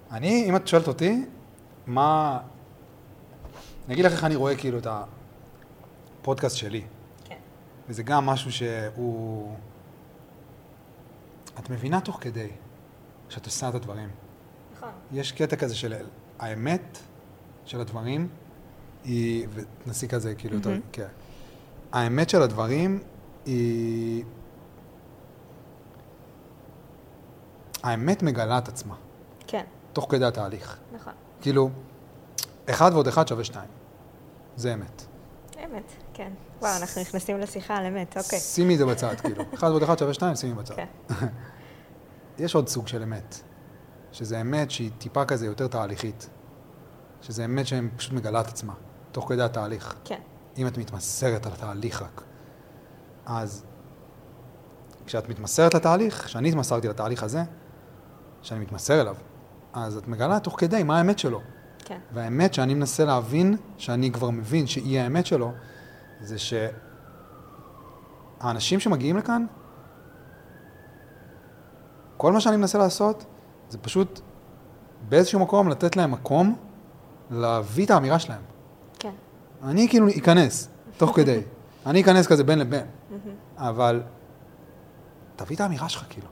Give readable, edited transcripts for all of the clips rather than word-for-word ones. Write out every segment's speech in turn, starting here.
אם את שואלת אותי, מה... אני אגיד לך איך אני רואה כאילו את הפודקאסט שלי. כן. וזה גם משהו שהוא... את מבינה תוך כדי שאת עושה את הדברים. נכון. יש קטע כזה של האמת של הדברים, היא... ונסיק כזה כאילו יותר... כן. האמת של הדברים היא... האמת מגלה את עצמה. כן. תוך כדי התהליך. נכון. כאילו, 1 ועוד 1 שווה 2. זה אמת. אמת, כן. וואו, אנחנו נכנסים לשיחה על אמת, אוקיי. שימי את זה בצד, כאילו. 1 ועוד 1 שווה 2, שימי בצד. כן. יש עוד סוג של אמת. שזה אמת שהיא טיפה כזה יותר תהליכית. שזה אמת שהיא פשוט מגלה את עצמה. תוך כדי התהליך. כן. אם את מתמסרת על התהליך רק. אז, כשאת מתמסרת לתהליך, כשאני התמסרתי לתהליך הזה, שאני מתמסר אליו, אז את מגלה תוך כדי מה האמת שלו. כן. והאמת שאני מנסה להבין, שאני כבר מבין שהיא האמת שלו, זה שהאנשים שמגיעים לכאן, כל מה שאני מנסה לעשות, זה פשוט באיזשהו מקום לתת להם מקום להביא את האמירה שלהם. כן. אני כאילו אכנס, תוך כדי. אני אכנס כזה בין לבין. אבל תביא את האמירה שלך, כאילו.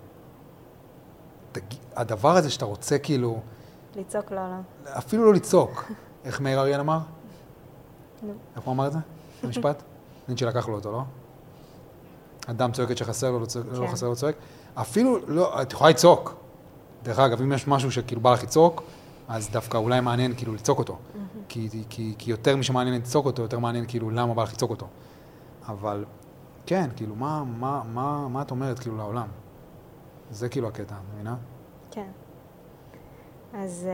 הדבר הזה שאתה רוצה, כאילו... לצעוק לעולם. אפילו לא לצעוק. איך מאיר אריאל אמר? נו. איך הוא אמר את זה? המשפט? נין שלקח לו אותו, לא? אדם צועקת שחסר לו, לא חסר לו צועק. אפילו לא, את יכולה לצעוק. דרך אגב, אם יש משהו שכאילו בא לך לצעוק, אז דווקא אולי מעניין כאילו לצעוק אותו. כי יותר משמעניין לצעוק אותו, יותר מעניין כאילו למה בא לך לצעוק אותו. אבל כן, כאילו, מה את אומרת כאילו לעולם? זה כאילו הקטע, מבינה? כן. אז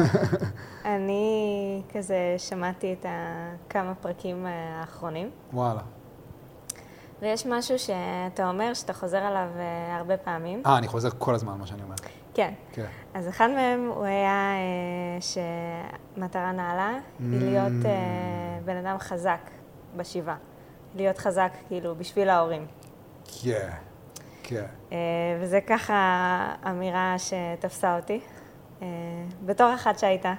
אני כזה שמעתי את כמה פרקים האחרונים. וואלה. ויש משהו שאתה אומר שאתה חוזר עליו הרבה פעמים. אני חוזר כל הזמן מה שאני אומר. כן. כן. אז אחד מהם הוא היה שמטרה נעלה היא להיות בן אדם חזק בשבעה. להיות חזק כאילו בשביל ההורים. כן, כן. וזה ככה אמירה שתפסה אותי. בתור אחת שהייתה.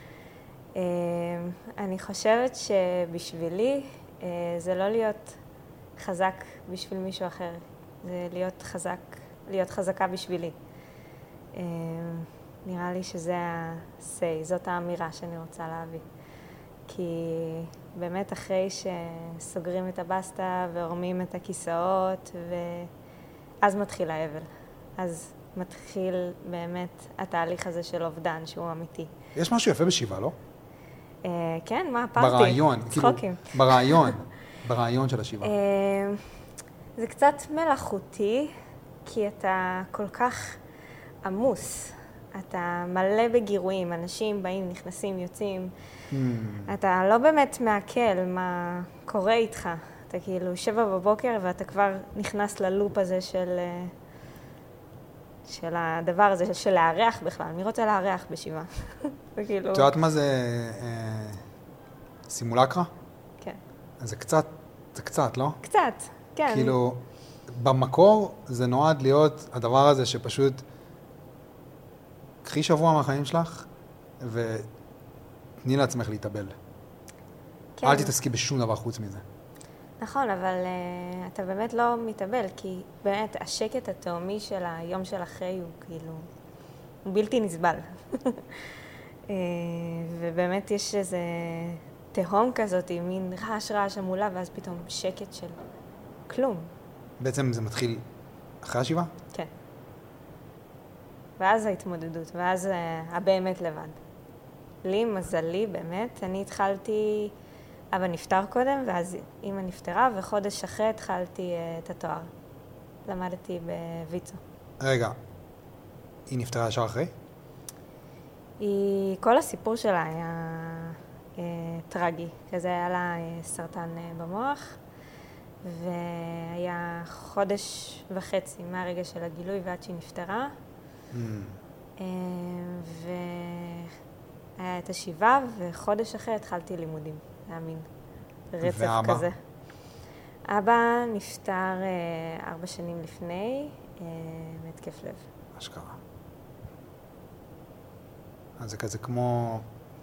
אני חושבת שבשבילי זה לא להיות חזק בשביל מישהו אחר. זה להיות חזקה בשבילי. נראה לי שזה ה-say, זאת האמירה שאני רוצה להביא. כי באמת אחרי שסוגרים את הבסטה והורמים את הכיסאות, אז מתחיל האבל. אז מתחיל באמת התהליך הזה של אובדן שהוא אמיתי. יש משהו יפה בשבעה, לא? כן, מה? פארטי. ברעיון. צחוקים. כאילו, ברעיון של השבעה. זה קצת מלאכותי, כי אתה כל כך עמוס. אתה מלא בגירויים, אנשים באים, נכנסים, יוצאים. אתה לא באמת מעכל מה קורה איתך. אתה כאילו 7 בבוקר ואתה כבר נכנס ללופ הזה של הדבר הזה, של לארח בכלל. מי רוצה לארח בשבעה? זה כאילו... את יודעת מה זה סימולקרה? כן. זה קצת, לא? קצת, כן. כאילו, במקור זה נועד להיות הדבר הזה שפשוט קחי שבוע מהחיים שלך ותני לעצמך להתאבל. כן. אל תתעסקי בשום דבר חוץ מזה. נכון, אבל אתה באמת לא מתאבל, כי באמת השקט התאומי של היום של אחרי הוא כאילו, הוא בלתי נסבל. ובאמת יש איזה תהום כזאת, מין רעש המולה, ואז פתאום שקט של כלום. בעצם זה מתחיל אחרי השבעה? כן. ואז ההתמודדות, ואז הבאמת לבד. לי, מזלי, באמת, אני התחלתי... אבא נפטר קודם, ואז אמא נפטרה, וחודש אחרי התחלתי את התואר. למדתי בוויצו. רגע, היא נפטרה ישר אחרי? כל הסיפור שלה היה טרגי. כזה היה לה סרטן במוח, והיה 1.5 חודש מהרגע של הגילוי ועד שהיא נפטרה. והיה את השבעה, וחודש אחרי התחלתי לימודים. להאמין. רצף ואבא? כזה. אבא נפטר 4 שנים לפני, מהתקף לב. אשכרה. אז זה כזה כמו...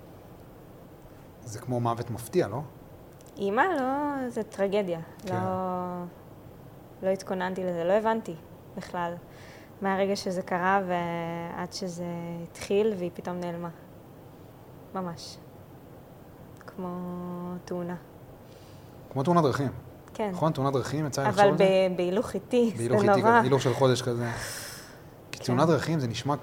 זה כמו מוות מפתיע, לא? אמא, לא, זה טרגדיה. כן. לא התכוננתי לזה, לא הבנתי בכלל. מהרגע שזה קרה ועד שזה התחיל והיא פתאום נעלמה. ממש. כמו תאונה. כמו תאונת דרכים. כן. נכון? תאונת דרכים, יצא לחשוב על זה? אבל בהילוך איטי, זה בהילוך איטי, נורא. בהילוך של חודש כזה. כי כן. תאונת דרכים זה נשמע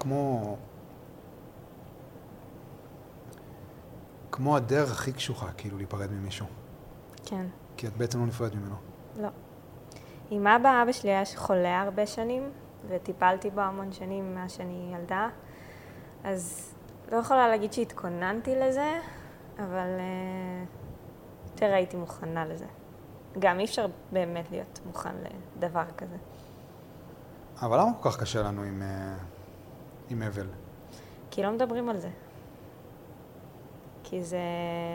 כמו הדרך הכי קשוחה, כאילו, להיפרד ממישהו. כן. כי את בעצם לא נפרדת ממנו. לא. עם אבא שלי היה חולה הרבה שנים, וטיפלתי בו המון שנים מאז שאני ילדה. אז לא יכולה להגיד שהתכוננתי לזה, אבל יותר הייתי מוכנה לזה. גם אי אפשר באמת להיות מוכן לדבר כזה. אבל למה כל כך קשה לנו עם אבל? כי לא מדברים על זה. כי זה...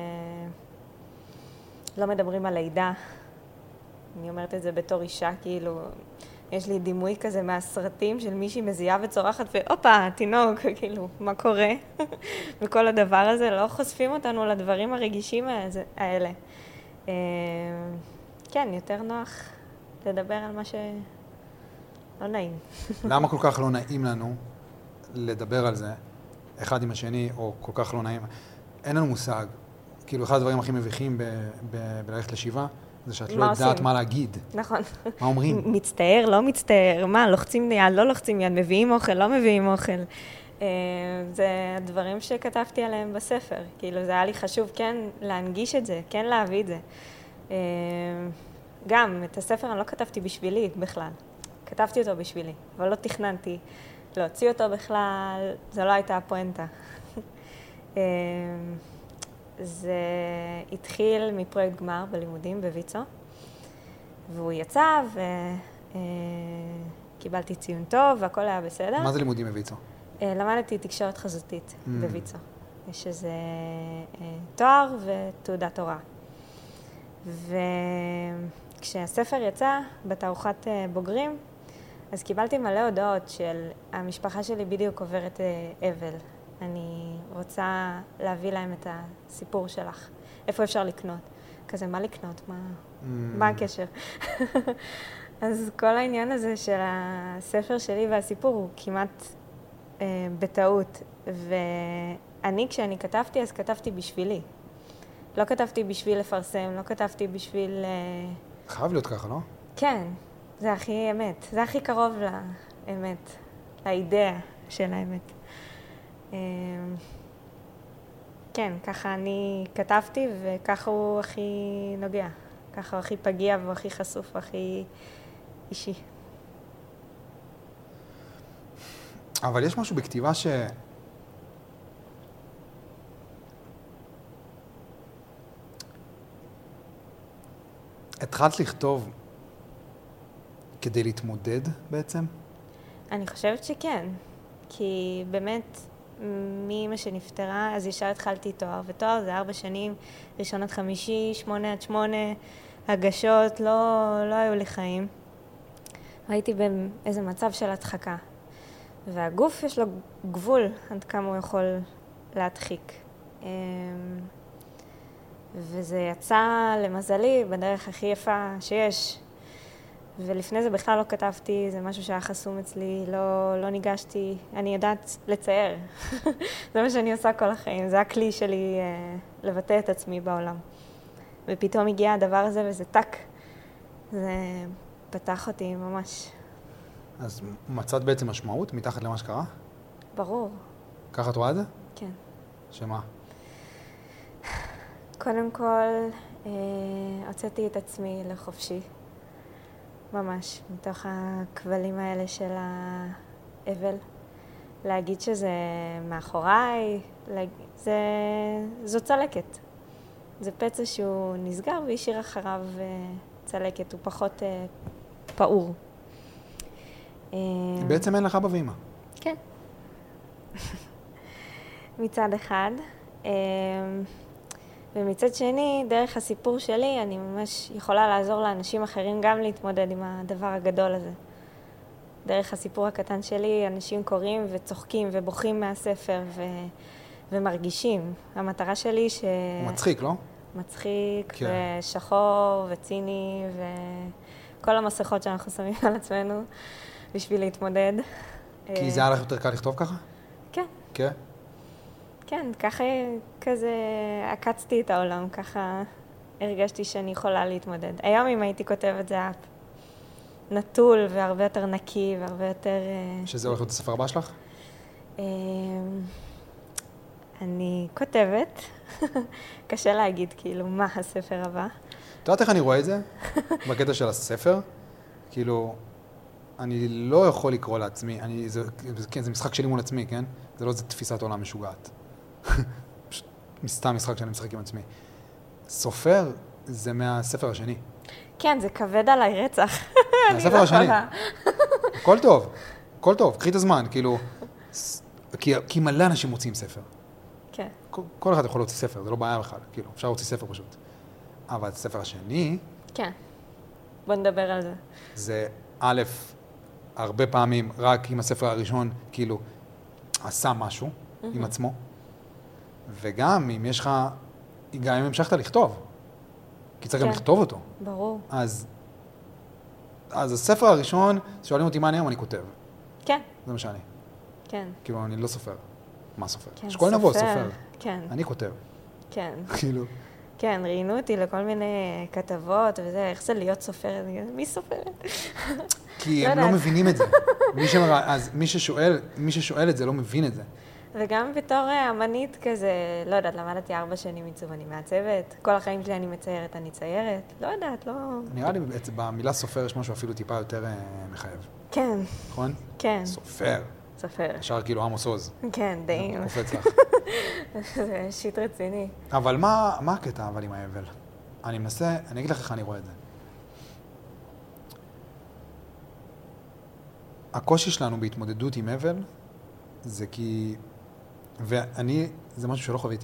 לא מדברים על לידה. אני אומרת את זה בתור אישה, כאילו... יש לי דימוי כזה מהסרטים של מישהי מזיעה וצורחת, והופה, תינוק, כאילו, מה קורה? וכל הדבר הזה, לא חושפים אותנו לדברים הרגישים האלה. כן, יותר נוח לדבר על מה שלא נעים. למה כל כך לא נעים לנו לדבר על זה, אחד עם השני, או כל כך לא נעים? אין לנו מושג. כאילו, אחד הדברים הכי מביכים בללכת לשבעה, זה שאת לא יודעת מה להגיד. נכון. מה אומרים? מצטער, לא מצטער, מה, לוחצים יד, לא לוחצים יד, מביאים אוכל, לא מביאים אוכל. זה הדברים שכתבתי עליהם בספר. כאילו, זה היה לי חשוב כן להנגיש את זה, כן להביא את זה. גם, את הספר אני לא כתבתי בשבילי בכלל. כתבתי אותו בשבילי, אבל לא תכננתי להוציא אותו בכלל, זו לא הייתה הפואנטה. זה התחיל מפרויקט גמר בלימודים בויצו, והוא יצא וקיבלתי ציון טוב והכל היה בסדר. מה זה לימודים בויצו? למדתי תקשורת חזותית בויצו. יש איזה תואר ותעודת הוראה. וכשהספר יצא בתערוכת בוגרים, אז קיבלתי מלא הודעות של המשפחה שלי בדיוק עוברת אבל. אני רוצה להביא להם את הסיפור שלך. איפה אפשר לקנות? כזה, מה לקנות? מה הקשר? אז כל העניין הזה של הספר שלי והסיפור הוא כמעט בטעות. ואני, כשאני כתבתי, אז כתבתי בשבילי. לא כתבתי בשביל לפרסם, לא כתבתי בשביל... חייב להיות ככה, לא? כן, זה הכי אמת. זה הכי קרוב לאמת, לאידאה של האמת. כן, ככה אני כתבתי וככה הוא הכי נוגע. ככה הוא הכי פגיע והוא הכי חשוף והכי אישי. אבל יש משהו בכתיבה התחלת לכתוב כדי להתמודד בעצם? אני חושבת שכן, כי באמת מאמא שנפטרה, אז ישר התחלתי תואר, ותואר זה 4 שנים, ראשון עד חמישי, 8 עד 8, הגשות, לא היו לי חיים. הייתי באיזה מצב של הדחקה, והגוף יש לו גבול עד כמה הוא יכול להדחיק. וזה יצא למזלי בדרך הכי יפה שיש. ולפני זה בכלל לא כתבתי, זה משהו שהיה חסום אצלי, לא ניגשתי, אני יודעת לצייר. זה מה שאני עושה כל החיים, זה הכלי שלי לבטא את עצמי בעולם. ופתאום הגיע הדבר הזה וזה טק. זה פתח אותי ממש. אז מצאת בעצם משמעות מתחת למה שקרה? ברור. ככה את רואה את זה? כן. שמה? קודם כל, הוצאתי את עצמי לחופשי. ממש, מתוך הכבלים האלה של האבל. להגיד שזה מאחוריי, זו צלקת. זה פצע שהוא נסגר והשאיר אחריו צלקת, הוא פחות פעור. בעצם אין לך אבא ואמא. כן. מצד אחד. ומצד שני, דרך הסיפור שלי, אני ממש יכולה לעזור לאנשים אחרים גם להתמודד עם הדבר הגדול הזה. דרך הסיפור הקטן שלי, אנשים קוראים וצוחקים ובוכים מהספר, ומרגישים. המטרה שלי הוא מצחיק, לא? מצחיק, כן. ושחור, וציני, וכל המסכות שאנחנו שמים על עצמנו בשביל להתמודד. כי זה היה לך יותר קל לכתוב ככה? כן. כן? כן, ככה כזה עקצתי את העולם, ככה הרגשתי שאני יכולה להתמודד. היום אם הייתי כותבת זה היה נטול והרבה יותר נקי והרבה יותר... שזה הולך להיות הספר הבא שלך? אני כותבת, קשה להגיד כאילו מה הספר הבא. את יודעת איך אני רואה את זה? בקטע של הספר? כאילו, אני לא יכול לקרוא לעצמי, כן, זה משחק שלי מול עצמי, כן? זה לא איזה תפיסת עולם משוגעת. סתם משחק שאני משחק עם עצמי. סופר זה מהספר השני. כן, זה כבד עליי רצח. מהספר השני. הכל טוב, הכל טוב, קחי את הזמן, כאילו, כי מלא אנשים מוצאים ספר. כן. כל אחד יכול להוציא ספר, זה לא בעיה בכלל, כאילו, אפשר להוציא ספר פשוט. אבל הספר השני... כן, בוא נדבר על זה. זה א', הרבה פעמים רק עם הספר הראשון, כאילו, עשה משהו עם עצמו, וגם אם יש לך, גם אם המשכת לכתוב, כי צריך גם לכתוב אותו. ברור. אז הספר הראשון, שואלים אותי מה אני היום, אני כותב. כן. זה מה שאני. כן. כאילו, אני לא סופר. מה סופר? כן, שכל נבוא סופר. כן. אני כותב. כן. כאילו. כן, ראיינו אותי לכל מיני כתבות וזה, איך זה להיות סופרת? מי סופרת? כי הם לא מבינים את זה. אז מי ששואל את זה לא מבין את זה. וגם בתור אמנית כזה, לא יודעת, למדתי 4 שנים עיצוב, אני מעצבת, כל החיים שלי אני מציירת, אני ציירת, לא יודעת, לא... נראה לי במילה סופר יש משהו אפילו טיפה יותר מחייב. כן. נכון? כן. סופר. סופר. ישר כאילו עמוס עוז. כן, די. זה קופץ לך. זה שיט רציני. אבל מה הקטע אבל עם האבל? אני אגיד לך איך אני רואה את זה. הקושי שלנו בהתמודדות עם אבל, זה כי... זה משהו שלא חוויתי.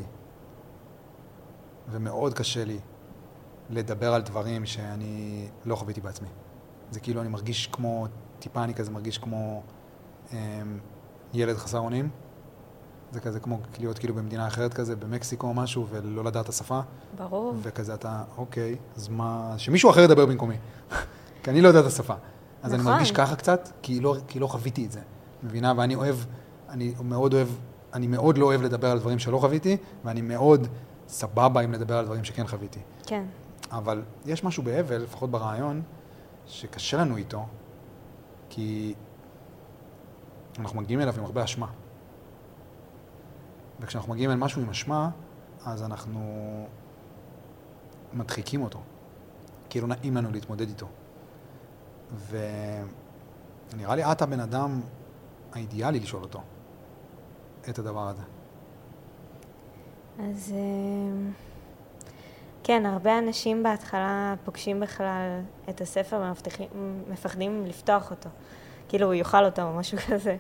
ומאוד קשה לי לדבר על דברים שאני לא חוויתי בעצמי. זה כאילו אני מרגיש כמו, טיפה אני כזה מרגיש כמו ילד חסר אונים. זה כזה כמו להיות כאילו במדינה אחרת כזה, במקסיקו או משהו, ולא לדעת את השפה. ברור. וכזה אתה, אוקיי, אז מה... שמישהו אחר ידבר במקומי. כי אני לא יודע את השפה. אז אני מרגיש ככה קצת, כי לא חוויתי את זה. מבינה? ואני מאוד לא אוהב לדבר על דברים שלא חוויתי, ואני מאוד סבבה אם לדבר על דברים שכן חוויתי. כן. אבל יש משהו באבל, לפחות ברעיון, שקשה לנו איתו, כי אנחנו מגיעים אליו עם הרבה אשמה. וכשאנחנו מגיעים אל משהו עם אשמה, אז אנחנו מדחיקים אותו. כאילו נעים לנו להתמודד איתו. ונראה לי את הבן אדם האידיאלי לשאול אותו את הדבר הזה. אז כן, הרבה אנשים בהתחלה פוגשים בכלל את הספר ומפחדים לפתוח אותו. כאילו הוא יאכל אותו או משהו כזה.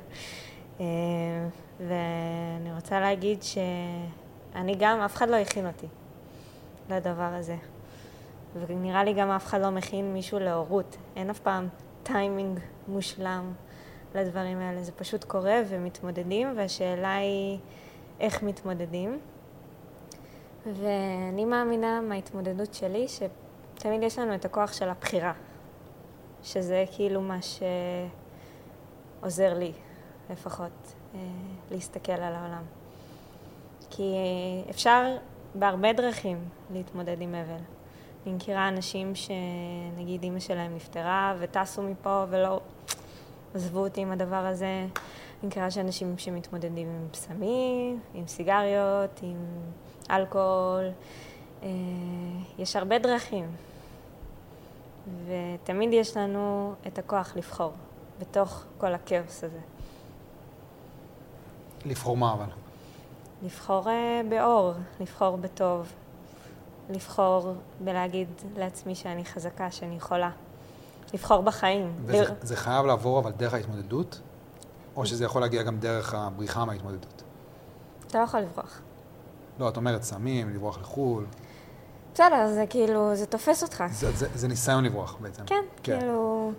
ואני רוצה להגיד שאני גם, אף אחד לא הכין אותי לדבר הזה. ונראה לי גם אף אחד לא מכין מישהו להורות. אין אף פעם טיימינג מושלם לדברים האלה. זה פשוט קורה ומתמודדים, והשאלה היא איך מתמודדים. ואני מאמינה מההתמודדות שלי שתמיד יש לנו את הכוח של הבחירה. שזה כאילו מה שעוזר לי לפחות להסתכל על העולם. כי אפשר בהרבה דרכים להתמודד עם אבל. אני מכירה אנשים שנגיד אמא שלהם נפטרה וטסו מפה ולא עזבו אותי עם הדבר הזה. אני מכירה שאנשים שמתמודדים עם סמים, עם סיגריות, עם אלכוהול. יש הרבה דרכים. ותמיד יש לנו את הכוח לבחור בתוך כל הכאוס הזה. לבחור מה אבל? לבחור באור, לבחור בטוב, לבחור בלהגיד לעצמי שאני חזקה, שאני יכולה. לבחור בחיים. וזה חייב לעבור אבל דרך ההתמודדות? או שזה יכול להגיע גם דרך הבריחה מההתמודדות? אתה לא יכול לברוח. לא, את אומרת סמים, לברוח לחול. בסדר, זה כאילו, זה תופס אותך. זה ניסיון לברוח בעצם. כן, כאילו...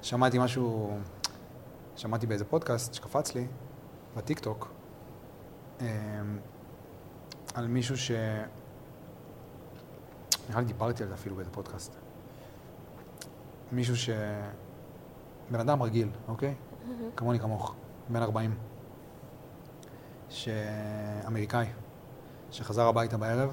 שמעתי באיזה פודקאסט שקפץ לי, בטיקטוק, על מישהו נראה לי דיברתי על זה אפילו באיזה פודקאסט. מישהו בן אדם רגיל, אוקיי? כמוני כמוך, בן 40. אמריקאי, שחזר הביתה בערב,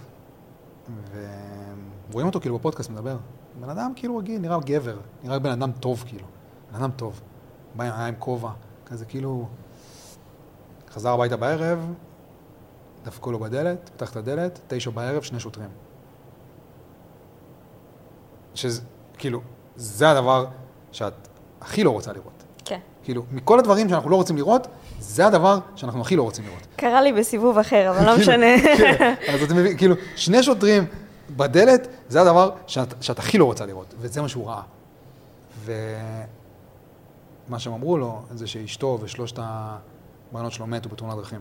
ורואים אותו כאילו בפודקאסט מדבר. בן אדם כאילו רגיל, נראה גבר, נראה בן אדם טוב כאילו. בן אדם טוב. היה עם כובע, כזה כאילו... חזר הביתה בערב, דפקו לו בדלת, פתח את הדלת, 9 בערב, 2 שוטרים. כאילו, זה הדבר שאת הכי לא רוצה לראות. כן. כאילו, מכל הדברים שאנחנו לא רוצים לראות, זה הדבר שאנחנו הכי לא רוצים לראות. קרה לי בסיבוב אחר, אבל לא משנה. כן, אז אתה מבין, כאילו, 2 שוטרים בדלת, זה הדבר שאת הכי לא רוצה לראות, וזה מה שהוא ראה. ומה שהם אמרו לו, זה שאשתו ו3 הבנות שלו מתו בתאונת דרכים.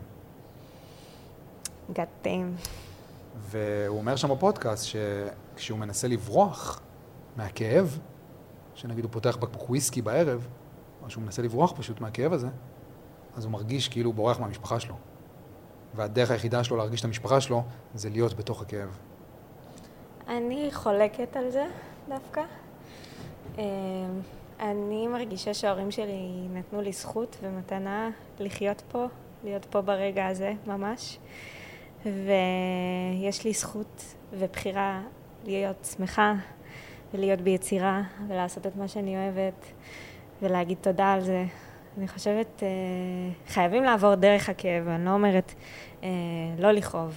גאטים. והוא אומר שם בפודקאסט שכשהוא מנסה לברוח מהכאב, שנגיד הוא פותח בקבוק וויסקי בערב, או שהוא מנסה לברוח פשוט מהכאב הזה, אז הוא מרגיש כאילו הוא בורח מהמשפחה שלו. והדרך היחידה שלו להרגיש את המשפחה שלו, זה להיות בתוך הכאב. אני חולקת על זה דווקא. אני מרגישה שההורים שלי נתנו לי זכות ומתנה לחיות פה, להיות פה ברגע הזה ממש. ויש לי זכות ובחירה להיות שמחה ולהיות ביצירה ולעשות את מה שאני אוהבת ולהגיד תודה על זה. אני חושבת, חייבים לעבור דרך הכאב, אני לא אומרת לא לכאוב.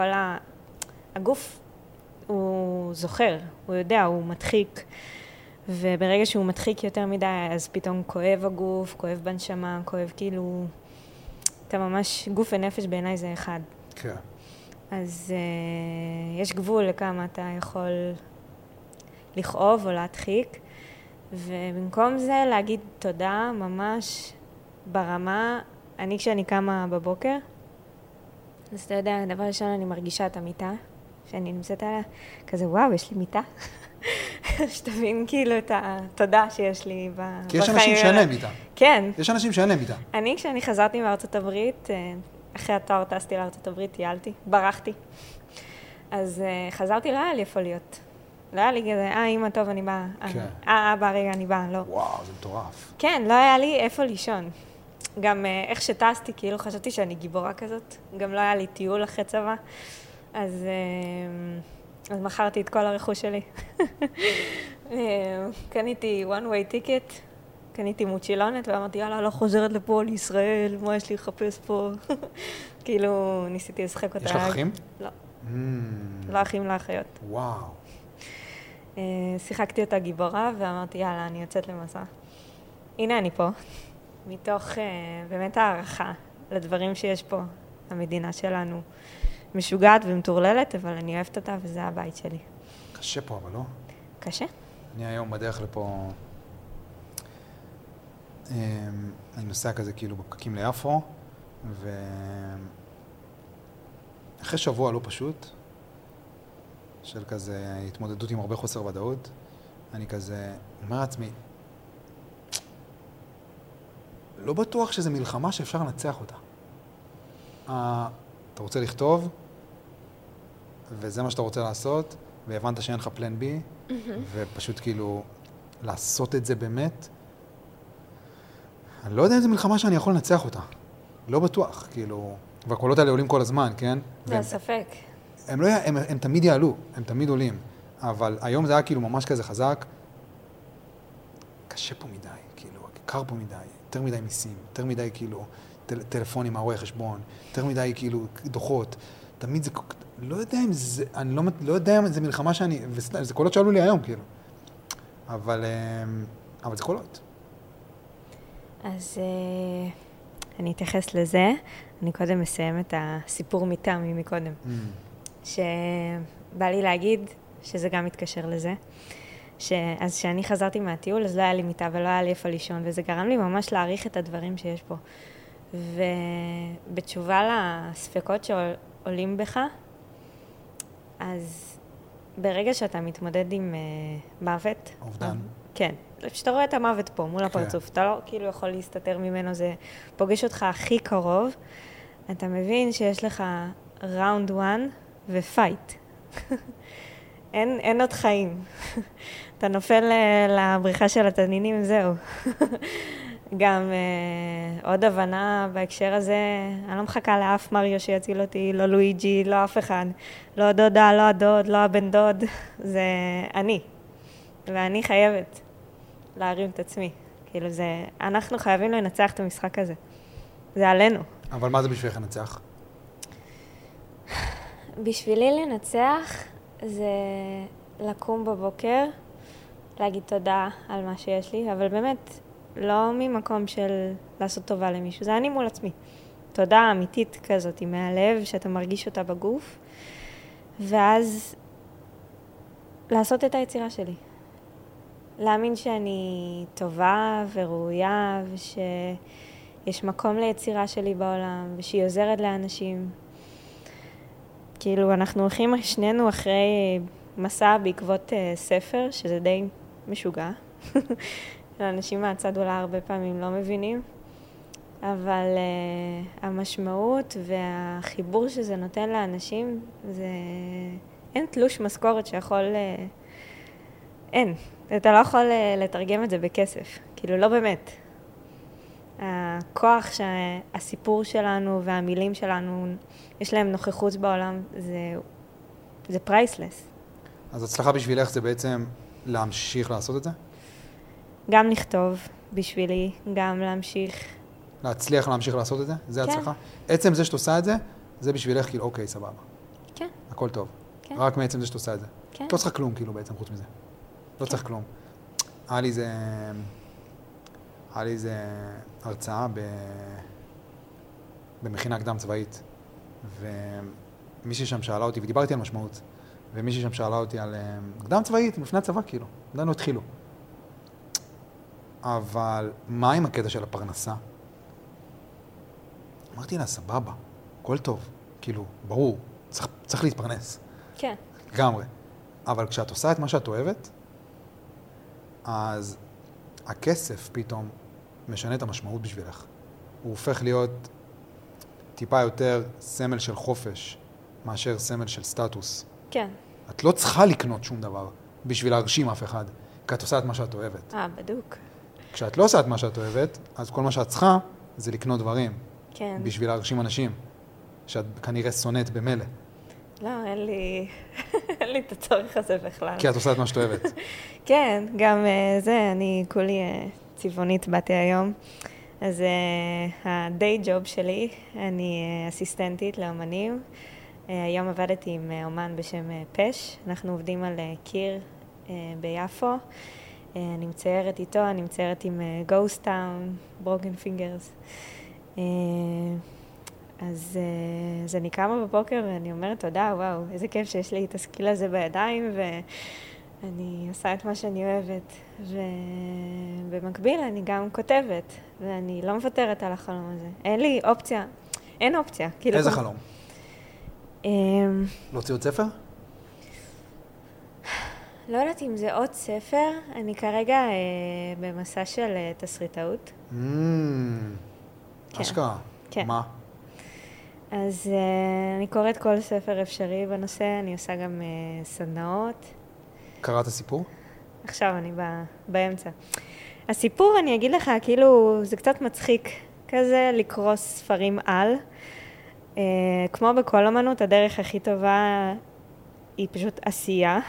הגוף הוא זוכר, הוא יודע, הוא מדחיק. וברגע שהוא מדחיק יותר מדי, אז פתאום כואב הגוף, כואב בנשמה, כואב כאילו... אתה ממש, גוף ונפש בעיניי זה אחד. כן. אז יש גבול לכמה אתה יכול לכאוב או להדחיק, ובמקום זה להגיד תודה ממש ברמה, כשאני קמה בבוקר, אז אתה יודע, דבר ראשון אני מרגישה את המיטה, שאני נמצאת עליה, כזה וואו, יש לי מיטה. שתבין כאילו את התודה שיש לי בחיים. כי יש אנשים שאין להם מיטה. כן. יש אנשים שאין להם מיטה. כשאני חזרתי מארצות הברית, אחרי התואר טסתי לארצות הברית, טיילתי, ברחתי. אז חזרתי, לא היה לי איפה להיות. לא היה לי כזה, אמא טוב, אני באה. אבא, רגע, אני באה, לא. וואו, זה מטורף. כן, לא היה לי איפה לישון. גם איך שטסתי, כאילו חשבתי שאני גיבורה כזאת. גם לא היה לי טיול אחרי צבא. אז מכרתי את כל הרכוש שלי. קניתי one way ticket, קניתי מוצ'ילונת, ואמרתי, יאללה, לא חוזרת לפה, לישראל, מה יש לי לחפש פה? כאילו, ניסיתי לשחק אותה. יש לך אחים? לא. לא אחים, לא אחיות. וואו. שיחקתי אותה גיבורה, ואמרתי, יאללה, אני יוצאת למסע. הנה אני פה, מתוך באמת הערכה לדברים שיש פה, המדינה שלנו. משוגעת ומטורללת, אבל אני אוהבת אותה, וזה הבית שלי. קשה פה, אבל לא? קשה? אני היום בדרך לפה, אני נוסע כזה כאילו בפקקים ליפו, אחרי שבוע לא פשוט, של כזה התמודדות עם הרבה חוסר ודאות, אני כזה אומר לעצמי, לא בטוח שזה מלחמה שאפשר לנצח אותה. אתה רוצה לכתוב, וזה מה שאתה רוצה לעשות, והבנת שאין לך פלן בי, ופשוט כאילו לעשות את זה באמת. אני לא יודע אם זו מלחמה שאני יכול לנצח אותה. לא בטוח, כאילו, והקולות האלה עולים כל הזמן, כן? זה ספק. הם תמיד יעלו, הם תמיד עולים, אבל היום זה היה כאילו ממש כזה חזק. קשה פה מדי, כאילו, קר פה מדי, יותר מדי מיסים, יותר מדי כאילו... טלפונים מהרואי חשבון, יותר מדי כאילו דוחות, תמיד זה, לא יודע אם זה, אני לא יודע אם זה מלחמה שאני, וזה קולות שעלו לי היום כאילו, אבל זה קולות. אז אני אתייחס לזה, אני קודם מסיים את הסיפור מתמי מקודם, שבא לי להגיד שזה גם מתקשר לזה, אז כשאני חזרתי מהטיול, אז לא היה לי מיטה ולא היה לי איפה לישון, וזה גרם לי ממש להעריך את הדברים שיש פה. ובתשובה לספקות שעולים בך, אז ברגע שאתה מתמודד עם מוות... אובדן. כן. כשאתה רואה את המוות פה, מול הפרצוף, אתה לא כאילו יכול להסתתר ממנו, זה פוגש אותך הכי קרוב, אתה מבין שיש לך ראונד 1 ופייט. אין עוד חיים. אתה נופל לבריחה של התנינים, זהו. גם עוד הבנה בהקשר הזה, אני לא מחכה לאף מריו שיציל אותי, לא לואיג'י, לא אף אחד. לא הדודה, לא הדוד, לא הבן דוד. זה אני. ואני חייבת להרים את עצמי. כאילו זה, אנחנו חייבים לנצח את המשחק הזה. זה עלינו. אבל מה זה בשבילך לנצח? בשבילי לנצח זה לקום בבוקר, להגיד תודה על מה שיש לי, אבל באמת לא ממקום של לעשות טובה למישהו, זה אני מול עצמי. תודה אמיתית כזאת, מהלב, שאתה מרגיש אותה בגוף, ואז לעשות את היצירה שלי. להאמין שאני טובה וראויה, ושיש מקום ליצירה שלי בעולם, ושהיא עוזרת לאנשים. כאילו, אנחנו הולכים שנינו אחרי מסע בעקבות ספר, שזה די משוגע. האנשים מהצד אולי הרבה פעמים לא מבינים, אבל המשמעות והחיבור שזה נותן לאנשים, זה... אין תלוש משכורת שיכול... אין. אתה לא יכול לתרגם את זה בכסף. כאילו, לא באמת. הכוח שהסיפור שלנו והמילים שלנו, יש להם נוכחות בעולם, זה פרייסלס. אז הצלחה בשבילך זה בעצם להמשיך לעשות את זה? גם לכתוב בשבילי, גם להמשיך. להצליח להמשיך לעשות את זה? זה כן. הצלחה? עצם זה שאת עושה את זה, זה בשבילך כאילו, אוקיי, סבבה. כן. הכל טוב. כן. רק מעצם זה שאת עושה את זה. כן. את לא צריכה כלום כאילו בעצם חוץ מזה. לא צריך כלום. היה לי זה הרצאה במכינה קדם צבאית, ומישהי שם שאלה אותי, ודיברתי על משמעות, ומישהי שם שאלה אותי על קדם צבאית, לפני הצבא כאילו, עדיין לא התחילו. אבל מה עם הקטע של הפרנסה? אמרתי לה, סבבה, הכל טוב, כאילו, ברור, צריך להתפרנס. כן. לגמרי. אבל כשאת עושה את מה שאת אוהבת, אז הכסף פתאום משנה את המשמעות בשבילך. הוא הופך להיות טיפה יותר סמל של חופש, מאשר סמל של סטטוס. כן. את לא צריכה לקנות שום דבר בשביל להרשים אף אחד, כי את עושה את מה שאת אוהבת. בדוק. כשאת לא עושה את מה שאת אוהבת, אז כל מה שאת צריכה זה לקנות דברים. כן. בשביל להרשים אנשים, שאת כנראה שונאת במילא. לא, אין לי את הצורך הזה בכלל. כי את עושה את מה שאת אוהבת. כן, גם זה, אני כולי צבעונית באתי היום. אז הדיי ג'וב שלי, אני אסיסטנטית לאמנים. היום עבדתי עם אומן בשם פש. אנחנו עובדים על קיר ביפו. אני מציירת איתו, אני מציירת עם Ghost Town, Broken Fingers. אז אני קמה בבוקר ואני אומרת תודה, וואו, איזה כיף שיש לי את הסקיל הזה בידיים, ואני עושה את מה שאני אוהבת. ובמקביל אני גם כותבת, ואני לא מוותרת על החלום הזה. אין לי אופציה, אין אופציה. איזה חלום? להוציא עוד ספר? לא יודעת אם זה עוד ספר, אני כרגע במסע של תסריטאות. אשכרה. כן. מה? אז אני קוראת כל ספר אפשרי בנושא, אני עושה גם סדנאות. קראת סיפור? עכשיו אני באמצע. הסיפור, אני אגיד לך, כאילו, זה קצת מצחיק כזה לקרוא ספרים על. כמו בכל אמנות, הדרך הכי טובה היא פשוט עשייה.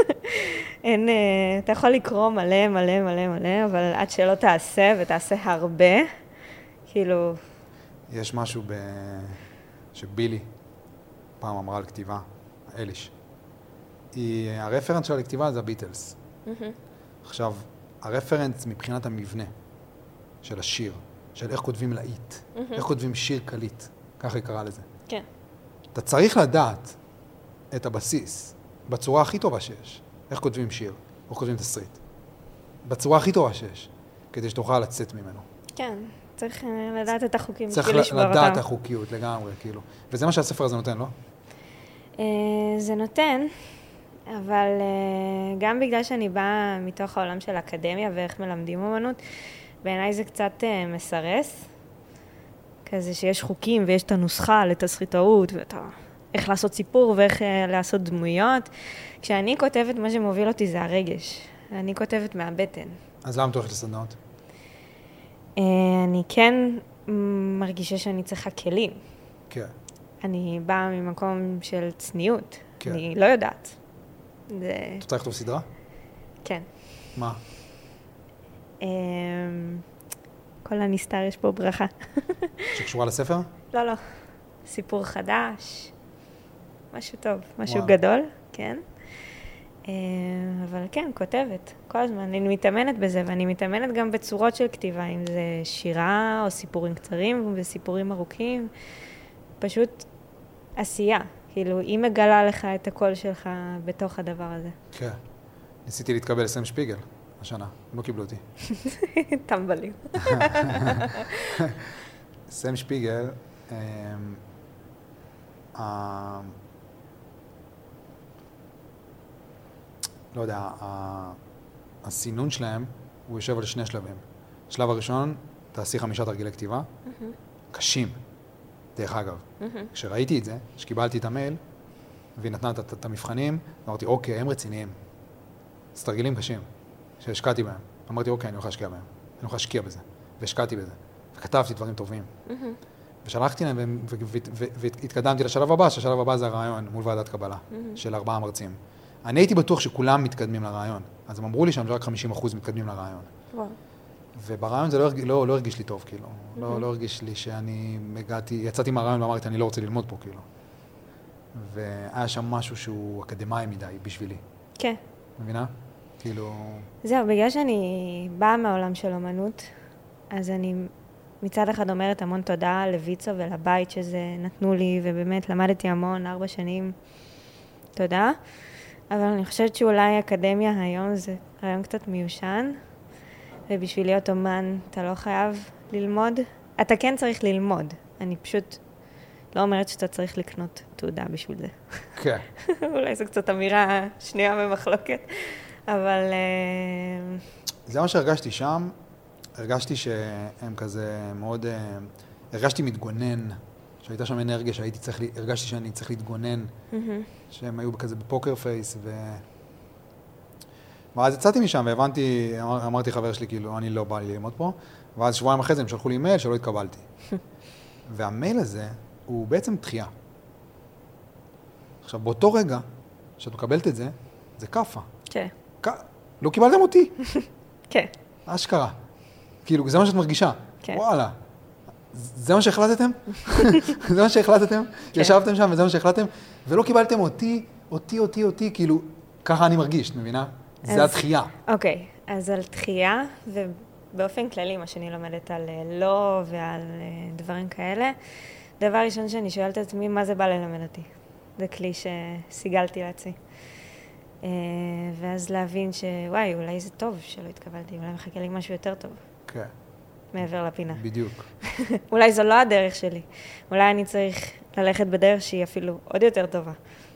אתה יכול לקרוא מלא, מלא, מלא, מלא, אבל עד שלא תעשה ותעשה הרבה, כאילו... יש משהו שבילי פעם אמרה על כתיבה, אליש. הרפרנס שלה לכתיבה זה הביטלס. עכשיו, הרפרנס מבחינת המבנה של השיר, של איך כותבים להיט, איך כותבים שיר קליט, ככה היא קראה לזה. כן. אתה צריך לדעת את הבסיס בצורה הכי טובה שיש, איך כותבים שיר, או כותבים תסריט. בצורה הכי טובה שיש, כדי שתוכל לצאת ממנו. כן. צריך לדעת את החוקים. צריך לדעת את החוקיות לגמרי, כאילו. וזה מה שהספר הזה נותן, לא? זה נותן, אבל גם בגלל שאני באה מתוך העולם של האקדמיה ואיך מלמדים אומנות, בעיניי זה קצת מסרס. כזה שיש חוקים ויש את הנוסחה לתסריטאות, ואתה איך לעשות סיפור ואיך לעשות דמויות. כשאני כותבת, מה שמוביל אותי זה הרגש. אני כותבת מהבטן. אז למה אתה הולכת לסדנאות? אני כן מרגישה שאני צריכה כלים. כן. אני באה ממקום של צניעות. כן. אני לא יודעת. אתה רוצה לכתוב סדרה? כן. מה? כל הנסתר יש פה ברכה. שקשורה לספר? לא, לא. סיפור חדש. משהו טוב. משהו וואו. גדול, כן. אבל כן, כותבת. כל הזמן. אני מתאמנת בזה, ואני מתאמנת גם בצורות של כתיבה, אם זה שירה או סיפורים קצרים וסיפורים ארוכים. פשוט עשייה. כאילו, היא מגלה לך את הקול שלך בתוך הדבר הזה. כן. ניסיתי להתקבל לסם שפיגל השנה, הם לא קיבלו אותי. טמבלים. סם שפיגל, לא יודע, הסינון שלהם, הוא יושב על 2 שלבים. שלב הראשון, תעשי 5 תרגילי כתיבה, קשים. דרך אגב, כשראיתי את זה, שקיבלתי את המייל, והיא נתנה את המבחנים, אמרתי, אוקיי, הם רציניים. זה תרגילים קשים, שהשקעתי בהם. אמרתי, אוקיי, אני הולך להשקיע בהם. אני הולך להשקיע בזה. והשקעתי בזה. וכתבתי דברים טובים. ושלחתי להם, והתקדמתי לשלב הבא, שהשלב הבא זה הרעיון מול ועדת קבלה, של 4 מרצים. אני הייתי בטוח שכולם מתקדמים לרעיון. אז הם אמרו לי שם שרק 50% מתקדמים לרעיון. וברעיון זה לא הרגיש לי טוב, כאילו. לא הרגיש לי שאני יצאתי מהרעיון ואמרתי, אני לא רוצה ללמוד פה, כאילו. והיה שם משהו שהוא אקדמאי מדי בשבילי. כן. מבינה? כאילו... זהו, בגלל שאני באה מהעולם של אומנות, אז אני מצד אחד אומרת המון תודה לויצו ולבית שזה נתנו לי, ובאמת למדתי המון, 4 שנים. תודה. אבל אני חושבת שאולי אקדמיה היום זה רעיון קצת מיושן, ובשביל להיות אומן אתה לא חייב ללמוד. אתה כן צריך ללמוד. אני פשוט לא אומרת שאתה צריך לקנות תעודה בשביל זה. כן. אולי זו קצת אמירה שנייה במחלוקת, אבל... זה מה שהרגשתי שם. הרגשתי שהם כזה מאוד... הרגשתי מתגונן, שהייתה שם אנרגיה הרגשתי שאני צריך להתגונן, שהם היו כזה בפוקר פייס, ואז יצאתי משם והבנתי, אמרתי חבר שלי, כאילו, אני לא בא לי ללמוד פה, ואז שבועיים אחרי זה הם שלחו לי מייל שלא התקבלתי. והמייל הזה הוא בעצם דחייה. עכשיו, באותו רגע שאת מקבלת את זה, זה קפה. כן. לא קיבלתם אותי. כן. אשכרה. כאילו, זה מה שאת מרגישה. כן. וואלה. זה מה שהחלטתם? זה מה שהחלטתם? ישבתם שם וזה מה שהחלטתם? ולא קיבלתם אותי, כאילו, ככה אני מרגיש, מבינה? זה התחייה. אוקיי, אז על תחייה, ובאופן כללי, מה שאני לומדת על לא ועל דברים כאלה, דבר ראשון שאני שואלת את עצמי, מה זה בא ללמד אותי? זה כלי שסיגלתי לעצמי. ואז להבין שוואי, אולי זה טוב שלא התקבלתי, אולי מחכה לי משהו יותר טוב. כן. מעבר לפינה. בדיוק. אולי זו לא הדרך שלי. אולי אני צריך ללכת בדרך שהיא אפילו עוד יותר טובה.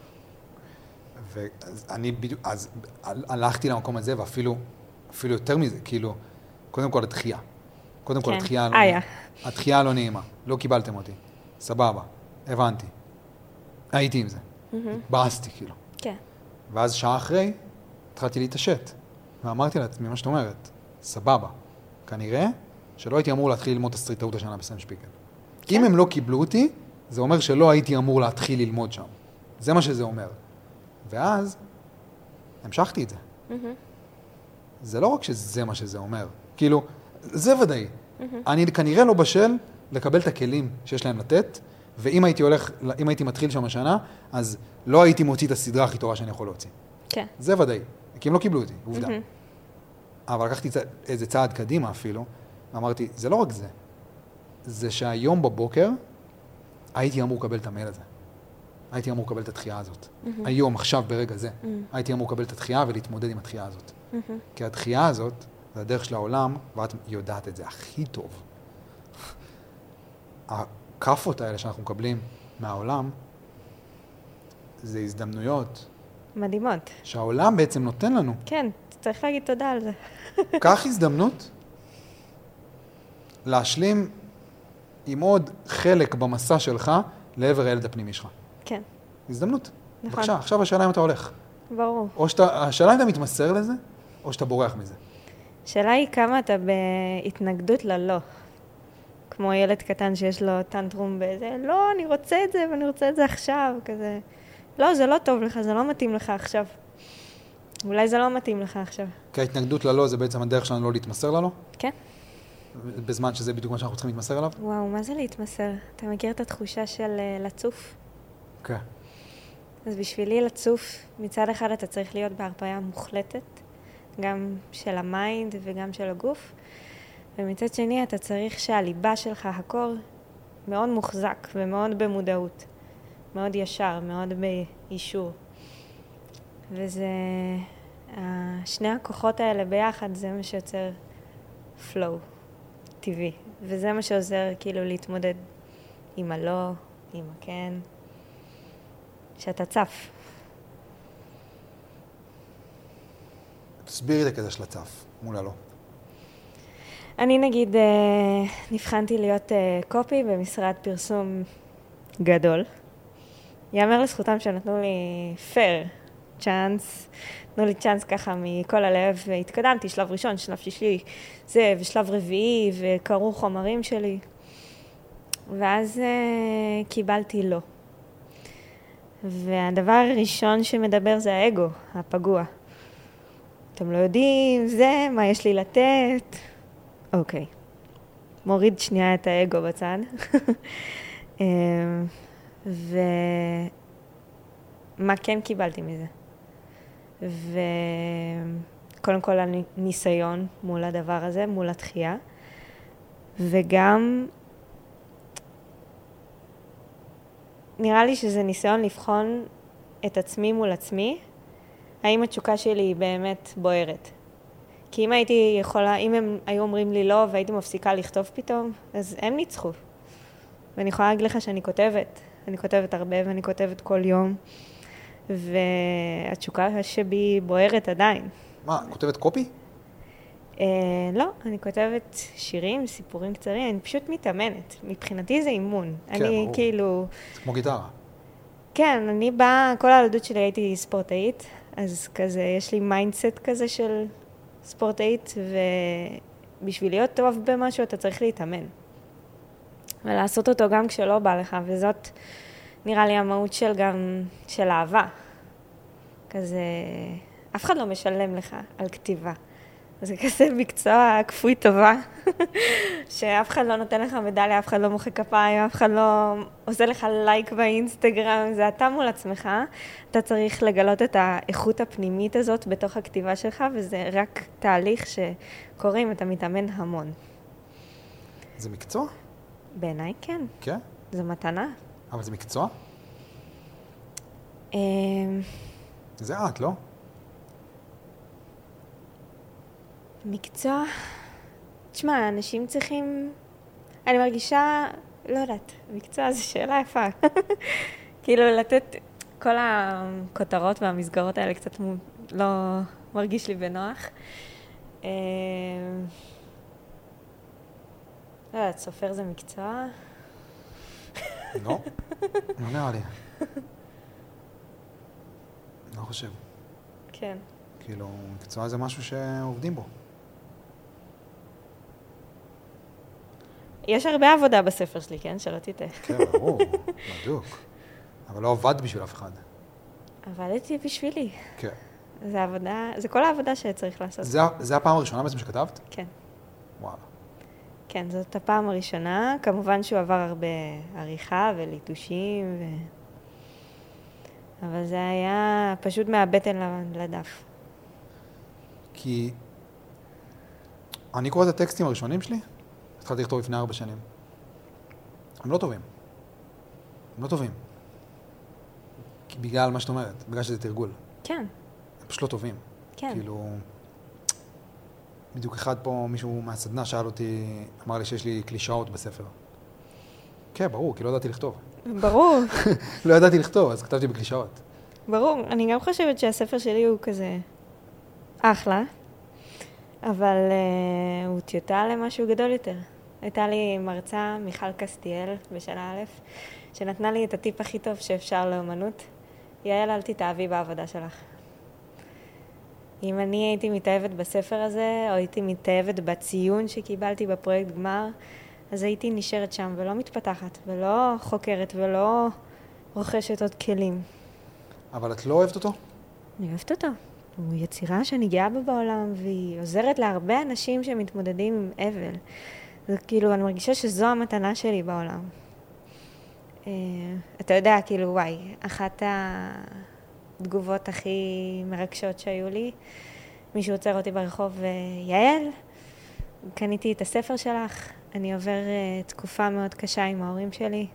ואני בדיוק, אז הלכתי למקום הזה, ואפילו יותר מזה, כאילו, קודם כל התחייה. קודם כל התחייה לא נעימה. התחייה לא נעימה. לא קיבלתם אותי. סבבה. הבנתי. הייתי עם זה. התבאסתי, כאילו. כן. ואז שעה אחרי, התחלתי להתעשת. ואמרתי לעצמי, מה שאת אומרת, סבבה. כנראה שלא הייתי אמור להתחיל ללמוד תסריטאות השנה בסם שפיגל. כן. אם הם לא קיבלו אותי, זה אומר שלא הייתי אמור להתחיל ללמוד שם. זה מה שזה אומר. ואז המשכתי את זה. זה לא רק שזה מה שזה אומר. כאילו, זה ודאי. אני כנראה לא בשל לקבל את הכלים שיש להם לתת, ואם הייתי מתחיל שם השנה, אז לא הייתי מוציא את הסדרה הכי טובה שאני יכול להוציא. כן. זה ודאי. כי הם לא קיבלו אותי, עובדה. אבל לקחתי איזה צעד קדימה אפילו, ואמרתי, זה לא רק זה. זה שהיום בבוקר הייתי אמור לקבל את המייל הזה. הייתי אמור לקבל את התחייה הזאת. היום, עכשיו, ברגע זה, הייתי אמור לקבל את התחייה ולהתמודד עם התחייה הזאת. כי התחייה הזאת, זה הדרך של העולם, ואת יודעת את זה הכי טוב. הכפות האלה שאנחנו מקבלים מהעולם, זה הזדמנויות. מדהימות. שהעולם בעצם נותן לנו. כן, צריך להגיד תודה על זה. קח הזדמנות להשלים עם עוד חלק במסע שלך לעבר הילד הפנימי שלך. כן. הזדמנות. נכון. בבקשה, עכשיו השאלה אם אתה הולך. ברור. השאלה אם אתה מתמסר לזה, או שאתה בורח מזה. השאלה היא כמה אתה בהתנגדות ללא. כמו ילד קטן שיש לו טנטרום בזה, לא, אני רוצה את זה, ואני רוצה את זה עכשיו, כזה. לא, זה לא טוב לך, זה לא מתאים לך עכשיו. אולי זה לא מתאים לך עכשיו. כי ההתנגדות ללא זה בעצם הדרך שלנו לא להתמסר ללא? כן. בזמן שזה בדיוק מה שאנחנו צריכים להתמסר עליו? וואו, מה זה להתמסר? אתה מכיר את התחושה של לצוף? כן. אז בשבילי לצוף, מצד אחד אתה צריך להיות בהרפאיה מוחלטת, גם של המיינד וגם של הגוף, ומצד שני אתה צריך שהליבה שלך, הקור, מאוד מוחזק ומאוד במודעות, מאוד ישר, מאוד באישור. וזה, שני הכוחות האלה ביחד, זה מה שיוצר flow, טבעי. וזה מה שעוזר כאילו להתמודד עם הלא, עם הכן, שאתה צף. תסבירי את הקטע של הצף, מול הלא. אני נגיד נבחנתי להיות קופי במשרד פרסום גדול. יאמר לזכותם שנתנו לי פייר צ'אנס, נתנו לי צ'אנס ככה מכל הלב, והתקדמתי, שלב ראשון, שלב שלישי, זה, ושלב רביעי, וקראו חומרים שלי. ואז קיבלתי לא. והדבר הראשון שמדבר זה האגו, הפגוע. אתם לא יודעים, זה, מה יש לי לתת? אוקיי. מוריד שנייה את האגו בצד. ומה כן קיבלתי מזה? וקודם כל הניסיון מול הדבר הזה, מול התחייה. וגם נראה לי שזה ניסיון לבחון את עצמי מול עצמי, האם התשוקה שלי היא באמת בוערת. כי אם הייתי יכולה, אם הם היו אומרים לי לא והייתי מפסיקה לכתוב פתאום, אז הם ניצחו. ואני יכולה להגיד לך שאני כותבת. אני כותבת הרבה ואני כותבת כל יום. והתשוקה שבי בוערת עדיין. מה, כותבת קופי? לא, אני כותבת שירים, סיפורים קצרים, אני פשוט מתאמנת. מבחינתי זה אימון. כן, אני ברור. כאילו... זה כמו גיטרה. כן, אני באה, כל הילדות שלי הייתי ספורטאית, אז כזה, יש לי מיינדסט כזה של ספורטאית, ובשביל להיות טוב במשהו אתה צריך להתאמן. ולעשות אותו גם כשלא בא לך, וזאת נראה לי המהות של גם של אהבה. כזה, אף אחד לא משלם לך על כתיבה. זה כזה מקצוע כפוי טובה, שאף אחד לא נותן לך מדליה, אף אחד לא מוחא כפיים, אף אחד לא עושה לך לייק באינסטגרם, זה אתה מול עצמך, אתה צריך לגלות את האיכות הפנימית הזאת בתוך הכתיבה שלך, וזה רק תהליך שקורה אם אתה מתאמן המון. זה מקצוע? בעיניי כן. כן? זו מתנה. אבל זה מקצוע? זה את, לא? מקצוע? תשמע, אנשים צריכים... אני מרגישה, לא יודעת, מקצוע זו שאלה יפה. כאילו לתת כל הכותרות והמסגרות האלה קצת לא מרגיש לי בנוח. לא יודעת, סופר זה מקצוע? לא, לא נראה לי. לא חושב. כן. כאילו, מקצוע זה משהו שעובדים בו. יש הרבה עבודה בספר שלי, כן? שלא תטעה. כן, ברור, בדיוק. אבל לא עבד בשביל אף אחד. עבדתי בשבילי. כן. זה עבודה, זה כל העבודה שצריך לעשות. זה הפעם הראשונה בעצם שכתבת? כן. וואלה. כן, זאת הפעם הראשונה. כמובן שהוא עבר הרבה עריכה וליטושים, אבל זה היה פשוט מהבטן לדף. כי אני קורא את הטקסטים הראשונים שלי, התחלתי לכתוב לפני 4 שנים. הם לא טובים. הם לא טובים. בגלל מה שאת אומרת, בגלל שזה תרגול. כן. הם פשוט לא טובים. כן. כאילו, בדיוק אחד פה, מישהו מהסדנה שאל אותי, אמר לי שיש לי קלישאות בספר. כן, ברור, כי לא ידעתי לכתוב. ברור. לא ידעתי לכתוב, אז כתבתי בקלישאות. ברור, אני גם חושבת שהספר שלי הוא כזה אחלה, אבל הוא טיוטה למשהו גדול יותר. הייתה לי מרצה, מיכל קסטיאל, בשנה א', שנתנה לי את הטיפ הכי טוב שאפשר לאמנות, יעל, אל תתאהבי בעבודה שלך. אם אני הייתי מתאהבת בספר הזה, או הייתי מתאהבת בציון שקיבלתי בפרויקט גמר, אז הייתי נשארת שם ולא מתפתחת, ולא חוקרת, ולא רוכשת עוד כלים. אבל את לא אוהבת אותו? אני אוהבת אותו. הוא יצירה שאני גאה בה בעולם, והיא עוזרת להרבה אנשים שמתמודדים עם אבל. זה כאילו, אני מרגישה שזו המתנה שלי בעולם. אתה יודע, כאילו, וואי, אחת התגובות הכי מרגשות שהיו לי, מישהו עוצר אותי ברחוב, יעל, קניתי את הספר שלך, אני עובר תקופה מאוד קשה עם ההורים שלי.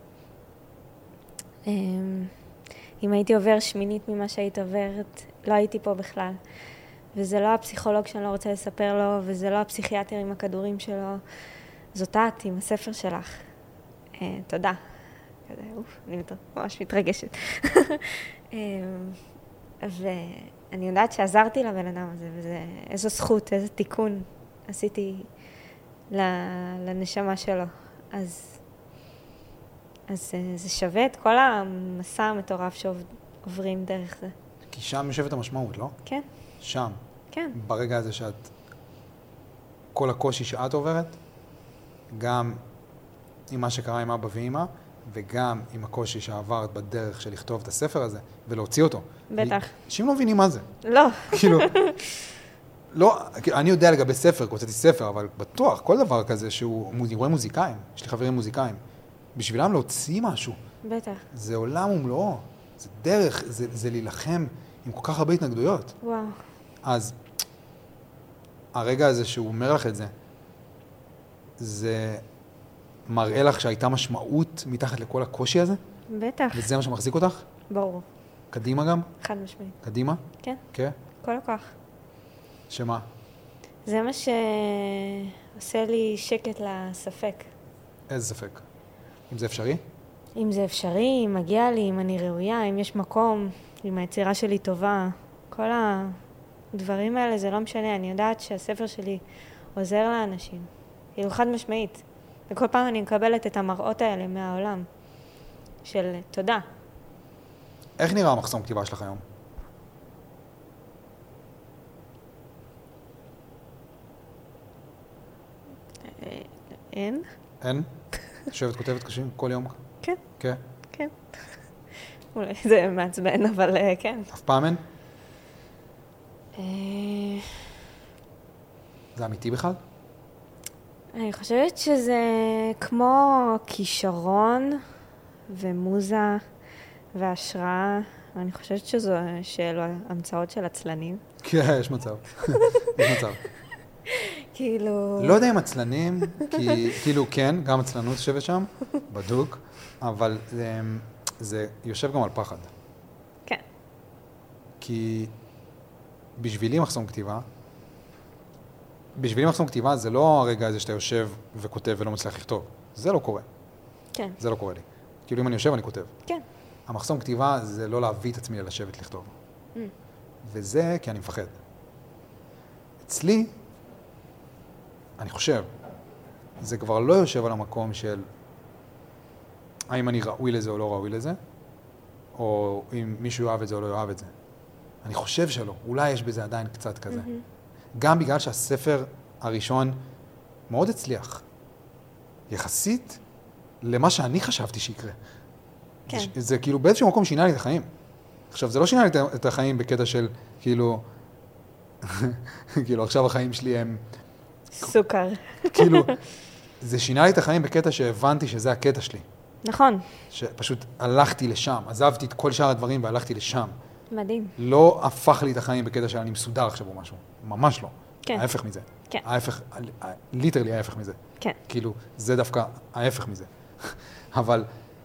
אם הייתי עובר שמינית ממה שהיית עוברת, לא הייתי פה בכלל. וזה לא הפסיכולוג שאני לא רוצה לספר לו, וזה לא הפסיכיאטר עם הכדורים שלו. זאת את עם הספר שלך. תודה. כזה, אני ממש מתרגשת. ואני יודעת שעזרתי לבן אדם הזה, וזה איזו זכות, איזה תיקון עשיתי לנשמה שלו. אז זה שווה את כל המסע המטורף שעוברים דרך זה. כי שם יושבת המשמעות, לא? כן. שם. כן. ברגע הזה כל הקושי שאת עוברת, גם עם מה שקרה עם אבא ואמא, וגם עם הקושי שעברת בדרך של לכתוב את הספר הזה, ולהוציא אותו. בטח. אנשים לא מבינים מה זה. לא. כאילו, לא, אני יודע לגבי ספר, הוצאתי ספר, אבל בטוח, כל דבר כזה שהוא רואה מוזיקאים, יש לי חברים מוזיקאים, בשבילם להוציא משהו. בטח. זה עולם ומלואו, זה דרך, זה להילחם עם כל כך הרבה התנגדויות. וואו. אז הרגע הזה שהוא אומר לך את זה, זה מראה לך שהייתה משמעות מתחת לכל הקושי הזה? בטח. וזה מה שמחזיק אותך? ברור. קדימה גם? חד משמעית. קדימה? כן. כן? כל הכוח. שמה? זה מה שעושה לי שקט לספק. איזה ספק? אם זה אפשרי? אם זה אפשרי, אם מגיע לי, אם אני ראויה, אם יש מקום, אם היצירה שלי טובה. כל הדברים האלה זה לא משנה. אני יודעת שהספר שלי עוזר לאנשים. כאילו חד משמעית. וכל פעם אני מקבלת את המראות האלה מהעולם. של תודה. איך נראה המחסום כתיבה שלך היום? אין? אין? יושבת כותבת קשים כל יום? כן. כן? כן. אולי זה מעצבן, אבל כן. אף פעם אין? זה אמיתי בכלל? אני חושבת שזה כמו כישרון ומוזה והשראה. אני חושבת שאלו המצאות של עצלנים. כן, יש מצב. יש מצב. כאילו... לא יודע אם עצלנים, כי כאילו כן, גם עצלנות יושבת שם, בדוק, אבל זה יושב גם על פחד. כן. כי בשבילי מחסום כתיבה זה לא הרגע הזה שאתה יושב וכותב ולא מצליח לכתוב. זה לא קורה. כן. זה לא קורה לי. כאילו אם אני יושב אני כותב. כן. המחסום כתיבה זה לא להביא את עצמי לשבת לכתוב. וזה כי אני מפחד. אצלי, אני חושב, זה כבר לא יושב על המקום של האם אני ראוי לזה או לא ראוי לזה, או אם מישהו יאהב את זה או לא יאהב את זה. אני חושב שלא. אולי יש בזה עדיין קצת כזה. גם בגלל שהספר הראשון מאוד הצליח. יחסית למה שאני חשבתי שיקרה. כן. זה כאילו באיזשהו מקום שינה לי את החיים. עכשיו, זה לא שינה לי את החיים בקטע של כאילו, כאילו עכשיו החיים שלי הם... סוכר. כאילו, זה שינה לי את החיים בקטע שהבנתי שזה הקטע שלי. נכון. שפשוט הלכתי לשם, עזבתי את כל שאר הדברים והלכתי לשם. מדהים. לא הפך לי את החיים בקטע שאני מסודר עכשיו או משהו. ממש לא. כן. ההפך מזה. כן. ההפך, ליטרלי ההפך מזה. כן. כאילו, זה דווקא ההפך מזה. אבל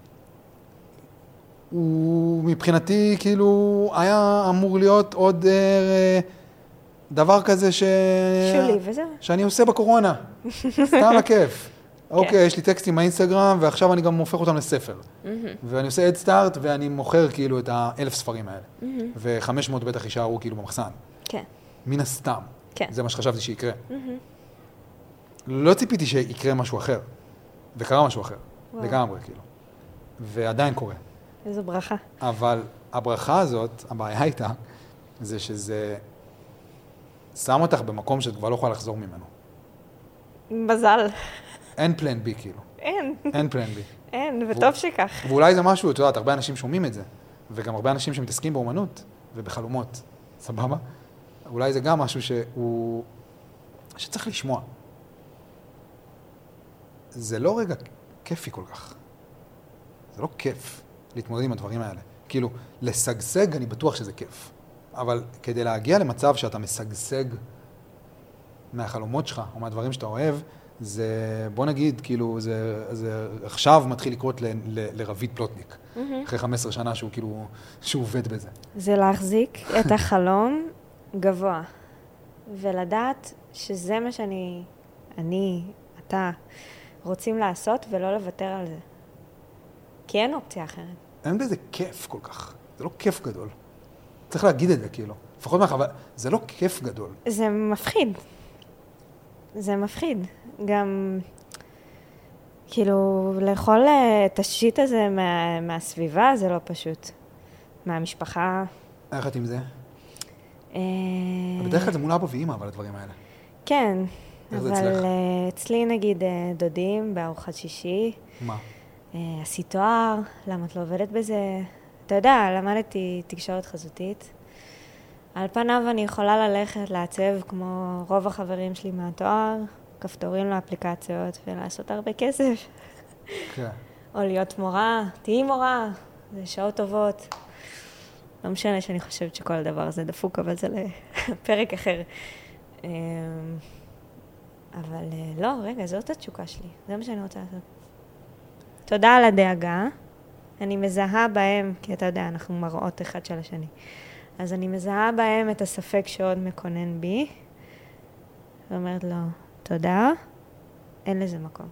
הוא מבחינתי כאילו היה אמור להיות עוד דבר כזה שולי וזהו. שאני עושה בקורונה. סתם לכיף. אוקיי, יש לי טקסטים מהאינסטגרם, ועכשיו אני גם הופך אותם לספר. ואני עושה אד סטארט, ואני מוכר כאילו את 1,000 ספרים האלה. ו500 בטח יישארו כאילו במחסן. כן. מן הסתם. כן. זה מה שחשבתי שיקרה. לא ציפיתי שיקרה משהו אחר. וקרה משהו אחר. לגמרי, כאילו. ועדיין קורה. איזו ברכה. אבל הברכה הזאת, הבעיה איתה, זה שזה שם אותך במקום שאת כבר לא יכולה לחזור ממנו. מזל. אין פלן בי כאילו. אין פלן בי. אין, וטוב שכך. ואולי זה משהו, את יודעת, הרבה אנשים שומעים את זה, וגם הרבה אנשים שמתעסקים באומנות ובחלומות, סבבה? אולי זה גם משהו שצריך לשמוע. זה לא רגע כיפי כל כך. זה לא כיף להתמודד עם הדברים האלה. כאילו, לשגשג אני בטוח שזה כיף. אבל כדי להגיע למצב שאתה משגשג מהחלומות שלך, או מהדברים שאתה אוהב, זה, בוא נגיד, כאילו, זה עכשיו מתחיל לקרות לרביד פלוטניק. אחרי 15 שנה שהוא כאילו, שהוא עובד בזה. זה להחזיק את החלום גבוה, ולדעת שזה מה אתה, רוצים לעשות ולא לוותר על זה. כי אין אופציה אחרת. אין בזה כיף כל כך. זה לא כיף גדול. צריך להגיד את זה, כאילו. לפחות מהחוויה, זה לא כיף גדול. זה מפחיד. זה מפחיד. גם, כאילו, לאכול את השיט הזה מהסביבה זה לא פשוט. מהמשפחה. איך את עם זה? בדרך כלל זה מול אבא ואמא, אבל הדברים האלה. כן. אבל אצלי נגיד דודים בארוחת שישי. מה? עשית תואר, למה את לא עובדת בזה? אתה יודע, למדתי תקשורת חזותית. על פניו אני יכולה ללכת לעצב כמו רוב החברים שלי מהתואר, כפתורים לאפליקציות ולעשות הרבה כסף. כן. או להיות מורה, תהיי מורה, זה שעות טובות. לא משנה שאני חושבת שכל הדבר הזה דפוק, אבל זה לפרק אחר. אבל לא, רגע, זאת התשוקה שלי. זה מה שאני רוצה לעשות. תודה על הדאגה. אני מזהה בהם, כי אתה יודע, אנחנו מראות אחד של השני. אז אני מזהה בהם את הספק שעוד מקונן בי. ואומרת לו, תודה, אין לזה מקום.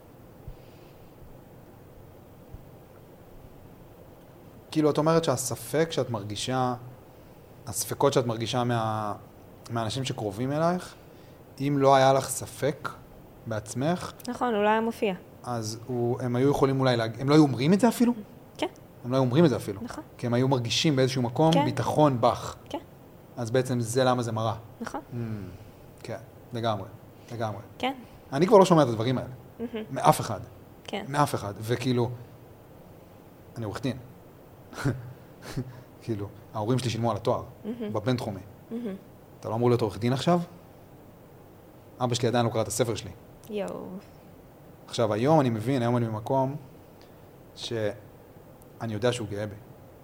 כאילו, את אומרת שהספק שאת מרגישה, הספקות שאת מרגישה מהאנשים שקרובים אלייך, אם לא היה לך ספק בעצמך... נכון, הוא לא היה מופיע. אז הם היו יכולים אולי הם לא היו אומרים את זה אפילו? כן. הם לא היו אומרים את זה אפילו. נכון. כי הם היו מרגישים באיזשהו מקום ביטחון בך. כן. אז בעצם זה למה זה מראה. נכון. כן, לגמרי. כן. אני כבר לא שומע את הדברים האלה. מאף אחד. כן. מאף אחד. וכאילו, אני עורך דין. כאילו, ההורים שלי שילמו על התואר, בבינתחומי. אתה לא אמור להיות עורך דין עכשיו? אבא שלי עדיין לא קרא את הספר שלי. יואו. עכשיו, היום אני מבין, היום אני במקום שאני יודע שהוא גאה בי.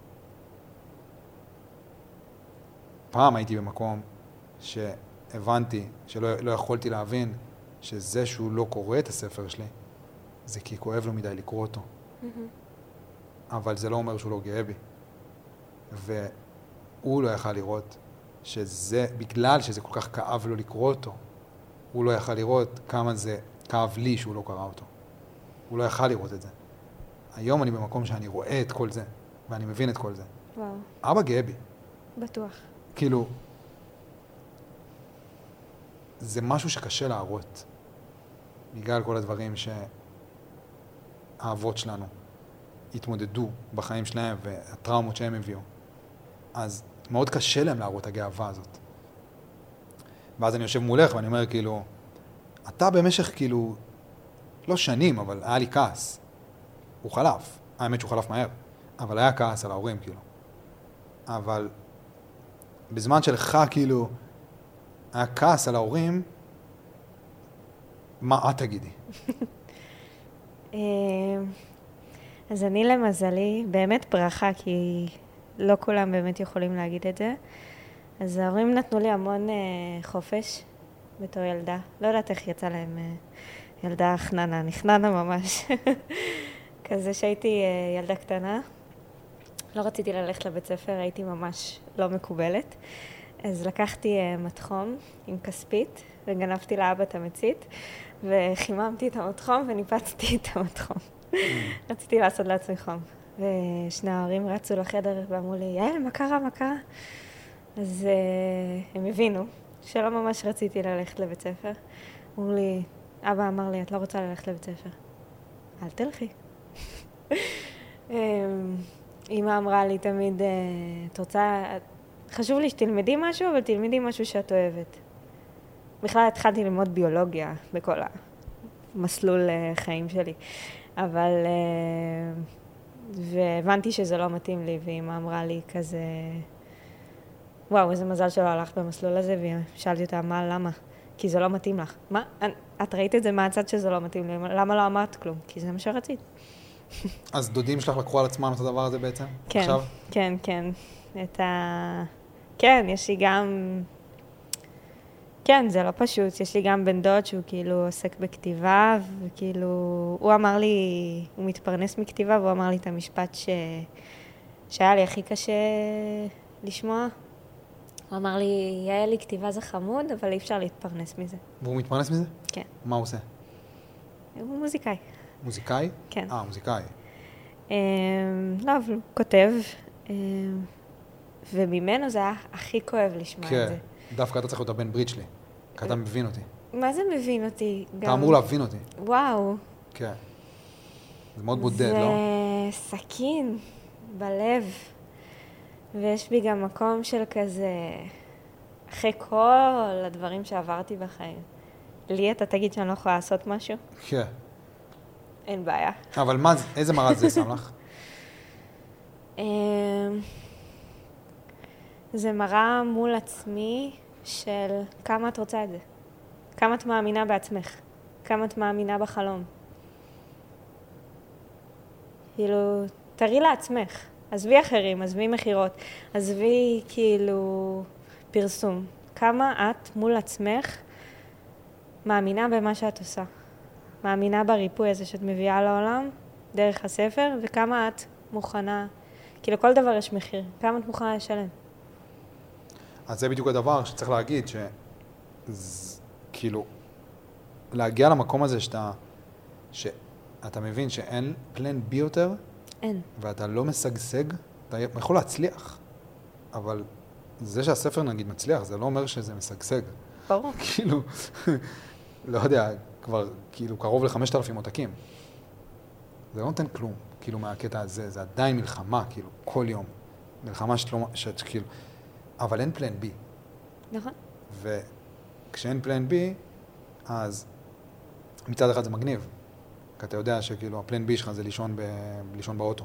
פעם הייתי במקום שהבנתי, שלא יכולתי להבין, שזה שהוא לא קורא את הספר שלי, זה כי כואב לו מדי לקרוא אותו. אבל זה לא אומר שהוא לא גאה בי. והוא לא יכל לראות שזה, בגלל שזה כל כך כאב לו לקרוא אותו, הוא לא יכל לראות כמה זה כאב לי שהוא לא קרא אותו. הוא לא יכל לראות את זה. היום אני במקום שאני רואה את כל זה, ואני מבין את כל זה. וואו. אבא גאה בי. בטוח. כאילו, זה משהו שקשה להראות, בגלל כל הדברים שהאבות שלנו התמודדו בחיים שלהם והטראומות שהם הביאו. אז מאוד קשה להם להראות הגאווה הזאת. ואז אני יושב מולך ואני אומר כאילו, אתה במשך כאילו, לא שנים, אבל היה לי כעס. הוא חלף. האמת שהוא חלף מהר. אבל היה כעס על ההורים כאילו. אבל בזמן שלך כאילו, היה כעס על ההורים, מה את תגידי? אז אני למזלי, באמת ברכה, כי לא כולם באמת יכולים להגיד את זה. אז ההורים נתנו לי המון חופש בתור ילדה. לא יודעת איך יצא להם ילדה חננה, נכננה ממש. כזה שהייתי ילדה קטנה. לא רציתי ללכת לבית ספר, הייתי ממש לא מקובלת. אז לקחתי מתחום עם כספית, וגנבתי לאבא את המצית, וחיממתי את המתחום וניפצתי את המתחום. רציתי לעשות לעצמי חום. ושני ההורים רצו לחדר ואמרו לי, יעל, מה קרה, מה קרה? אז הם הבינו שלא ממש רציתי ללכת לבית ספר. אמרו לי, אבא אמר לי, את לא רוצה ללכת לבית ספר. אל תלכי. אמא אמרה לי תמיד, את רוצה, חשוב לי שתלמדי משהו, אבל תלמדי משהו שאת אוהבת. בכלל התחלתי ללמוד ביולוגיה בכל המסלול חיים שלי, אבל, והבנתי שזה לא מתאים לי, ואמא אמרה לי כזה, וואו, איזה מזל שלא הלכת במסלול הזה, ושאלתי אותה, מה, למה? כי זה לא מתאים לך. מה? את ראית את זה מהצד שזה לא מתאים לי, למה לא אמרת כלום? כי זה מה שרצית. אז דודים שלך לקחו על עצמם את הדבר הזה בעצם? כן, עכשיו? כן, כן. כן, יש לי גם... כן, זה לא פשוט. יש לי גם בן דוד שהוא כאילו עוסק בכתיבה, וכאילו... הוא אמר לי, הוא מתפרנס מכתיבה, והוא אמר לי את המשפט שהיה לי הכי קשה לשמוע. הוא אמר לי, יעלי, כתיבה זה חמוד, אבל אי אפשר להתפרנס מזה. והוא מתפרנס מזה? כן. מה הוא עושה? הוא מוזיקאי. מוזיקאי? כן. מוזיקאי. לא, אבל הוא כותב, וממנו זה היה הכי כואב לשמוע את זה. כן, דווקא אתה צריך להיות הבן ברית שלי, כי אתה מבין אותי. מה זה מבין אותי? אתה אמור להבין אותי. וואו. כן. זה מאוד בודד, לא? זה סכין בלב, ויש בי גם מקום של כזה, אחרי כל הדברים שעברתי בחיים. לי אתה תגיד שאני לא יכולה לעשות משהו? כן. אין בעיה. אבל איזה מראה זה שם לך? זה מראה מול עצמי של כמה את רוצה את זה. כמה את מאמינה בעצמך. כמה את מאמינה בחלום. כאילו, תראי לעצמך. עזבי אחרים, עזבי מחירות, עזבי כאילו פרסום. כמה את מול עצמך מאמינה במה שאת עושה. מאמינה בריפוי הזה שאת מביאה לעולם, דרך הספר, וכמה את מוכנה, כי לכל דבר יש מחיר, כמה את מוכנה לשלם. אז זה בדיוק הדבר שצריך להגיד, כאילו, להגיע למקום הזה שאתה מבין שאין פלן בי יותר, אין. ואתה לא משגשג, אתה יכול להצליח, אבל זה שהספר נגיד מצליח, זה לא אומר שזה משגשג. ברור. כאילו, לא יודע, כבר כאילו קרוב ל5,000 עותקים. זה לא נותן כלום, כאילו מהקטע הזה, זה עדיין מלחמה, כאילו, כל יום. מלחמה כאילו, אבל אין פלן בי. נכון. וכשאין פלן בי, אז מצד אחד זה מגניב. כי אתה יודע שכאילו הפלן בי שלך זה לישון באוטו.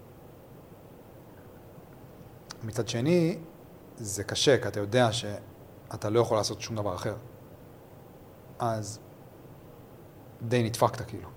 מצד שני, זה קשה, כי אתה יודע שאתה לא יכול לעשות שום דבר אחר. אז די נדפקת כאילו.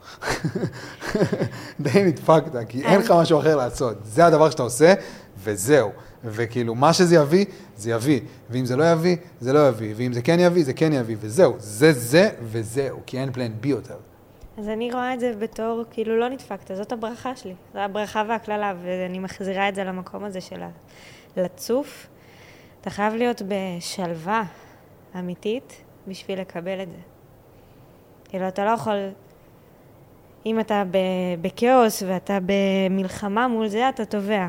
די נדפקת, כי אין לך משהו אחר לעשות. זה הדבר שאתה עושה, וזהו. וכאילו, מה שזה יביא, זה יביא. ואם זה לא יביא, זה לא יביא. ואם זה כן יביא, זה כן יביא. וזהו. זה וזהו. כי אין פלן בי יותר. אז אני רואה את זה בתור, כאילו לא נדפקת, זאת הברכה שלי. זו הברכה והכללה, ואני מחזירה את זה למקום הזה של לצוף. אתה חייב להיות בשלווה אמיתית בשביל לקבל את זה. כאילו, אתה לא יכול, אם אתה בכאוס ואתה במלחמה מול זה, אתה תובע.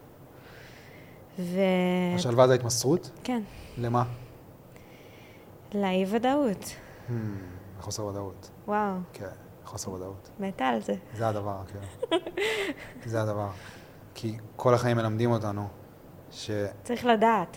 השלווה זה ההתמסרות? כן. למה? לאי ודאות. חוסר ודאות. וואו. כן, חוסר ודאות. מתה על זה. זה הדבר, כן. זה הדבר. כי כל החיים מלמדים אותנו צריך לדעת.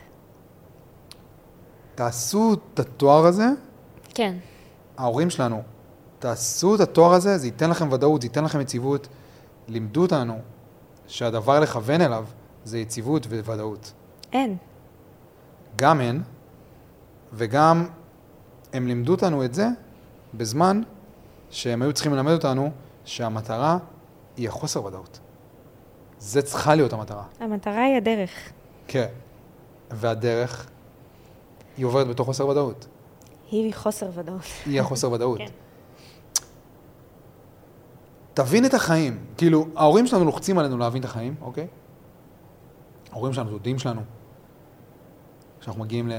תעשו את התואר הזה. כן. ההורים שלנו, תעשו את התואר הזה, זה ייתן לכם ודאות, זה ייתן לכם יציבות. לימדו אותנו שהדבר לכוון אליו זה יציבות וודאות. אין. גם אין, וגם הם לימדו אותנו את זה בזמן שהם היו צריכים ללמד אותנו שהמטרה היא החוסר ודאות. זה צריכה להיות המטרה. המטרה היא הדרך. כן. והדרך היא עוברת בתוך חוסר ודאות. היא חוסר ודאות. היא החוסר ודאות. כן. תבין את החיים. כאילו, ההורים שלנו לוחצים עלינו להבין את החיים, אוקיי? ההורים שלנו, דודים שלנו. כשאנחנו מגיעים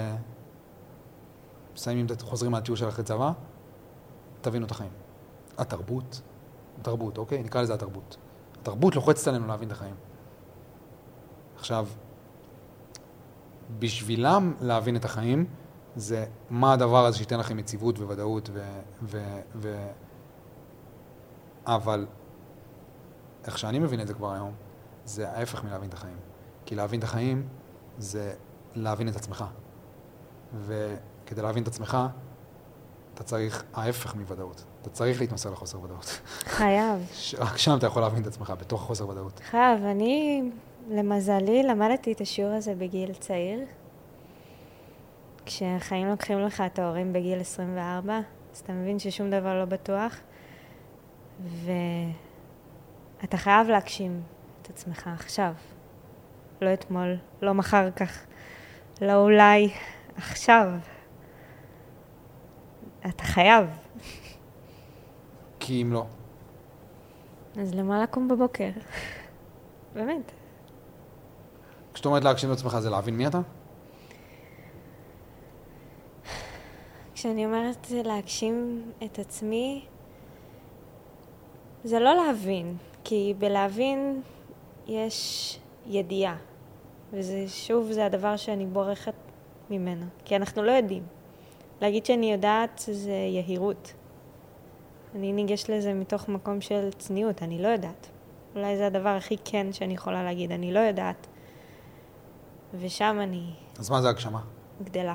חוזרים מהטיול של אחרי צבא, תבינו את החיים. התרבות, אוקיי? נקרא לזה התרבות. התרבות לוחצת עלינו להבין את החיים. עכשיו, בשבילם להבין את החיים, זה מה הדבר הזה שייתן לכם יציבות וודאות אבל איך שאני מבין את זה כבר היום, זה ההפך מלהבין את החיים. כי להבין את החיים זה להבין את עצמך. וכדי להבין את עצמך, אתה צריך ההפך מוודאות. אתה צריך להתמסר לחוסר ודאות. חייב. רק שם אתה יכול להבין את עצמך, בתוך חוסר ודאות. חייב. אני, למזלי, למדתי את השיעור הזה בגיל צעיר. כשהחיים לוקחים לך את ההורים בגיל 24, אז אתה מבין ששום דבר לא בטוח, ואתה חייב להגשים את עצמך עכשיו. לא אתמול, לא מחר כך, לא אולי, עכשיו. אתה חייב. כי אם לא. אז למה לקום בבוקר? באמת. כשאת אומרת להגשים את עצמך, זה להבין מי אתה? כשאני אומרת להגשים את עצמי, זה לא להבין, כי בלהבין יש ידיעה, וזה שוב, זה הדבר שאני בורחת ממנו, כי אנחנו לא יודעים. להגיד שאני יודעת זה יהירות. אני ניגש לזה מתוך מקום של צניעות, אני לא יודעת. אולי זה הדבר הכי כן שאני יכולה להגיד, אני לא יודעת. ושם אני... אז מה זה הגשמה? גדלה.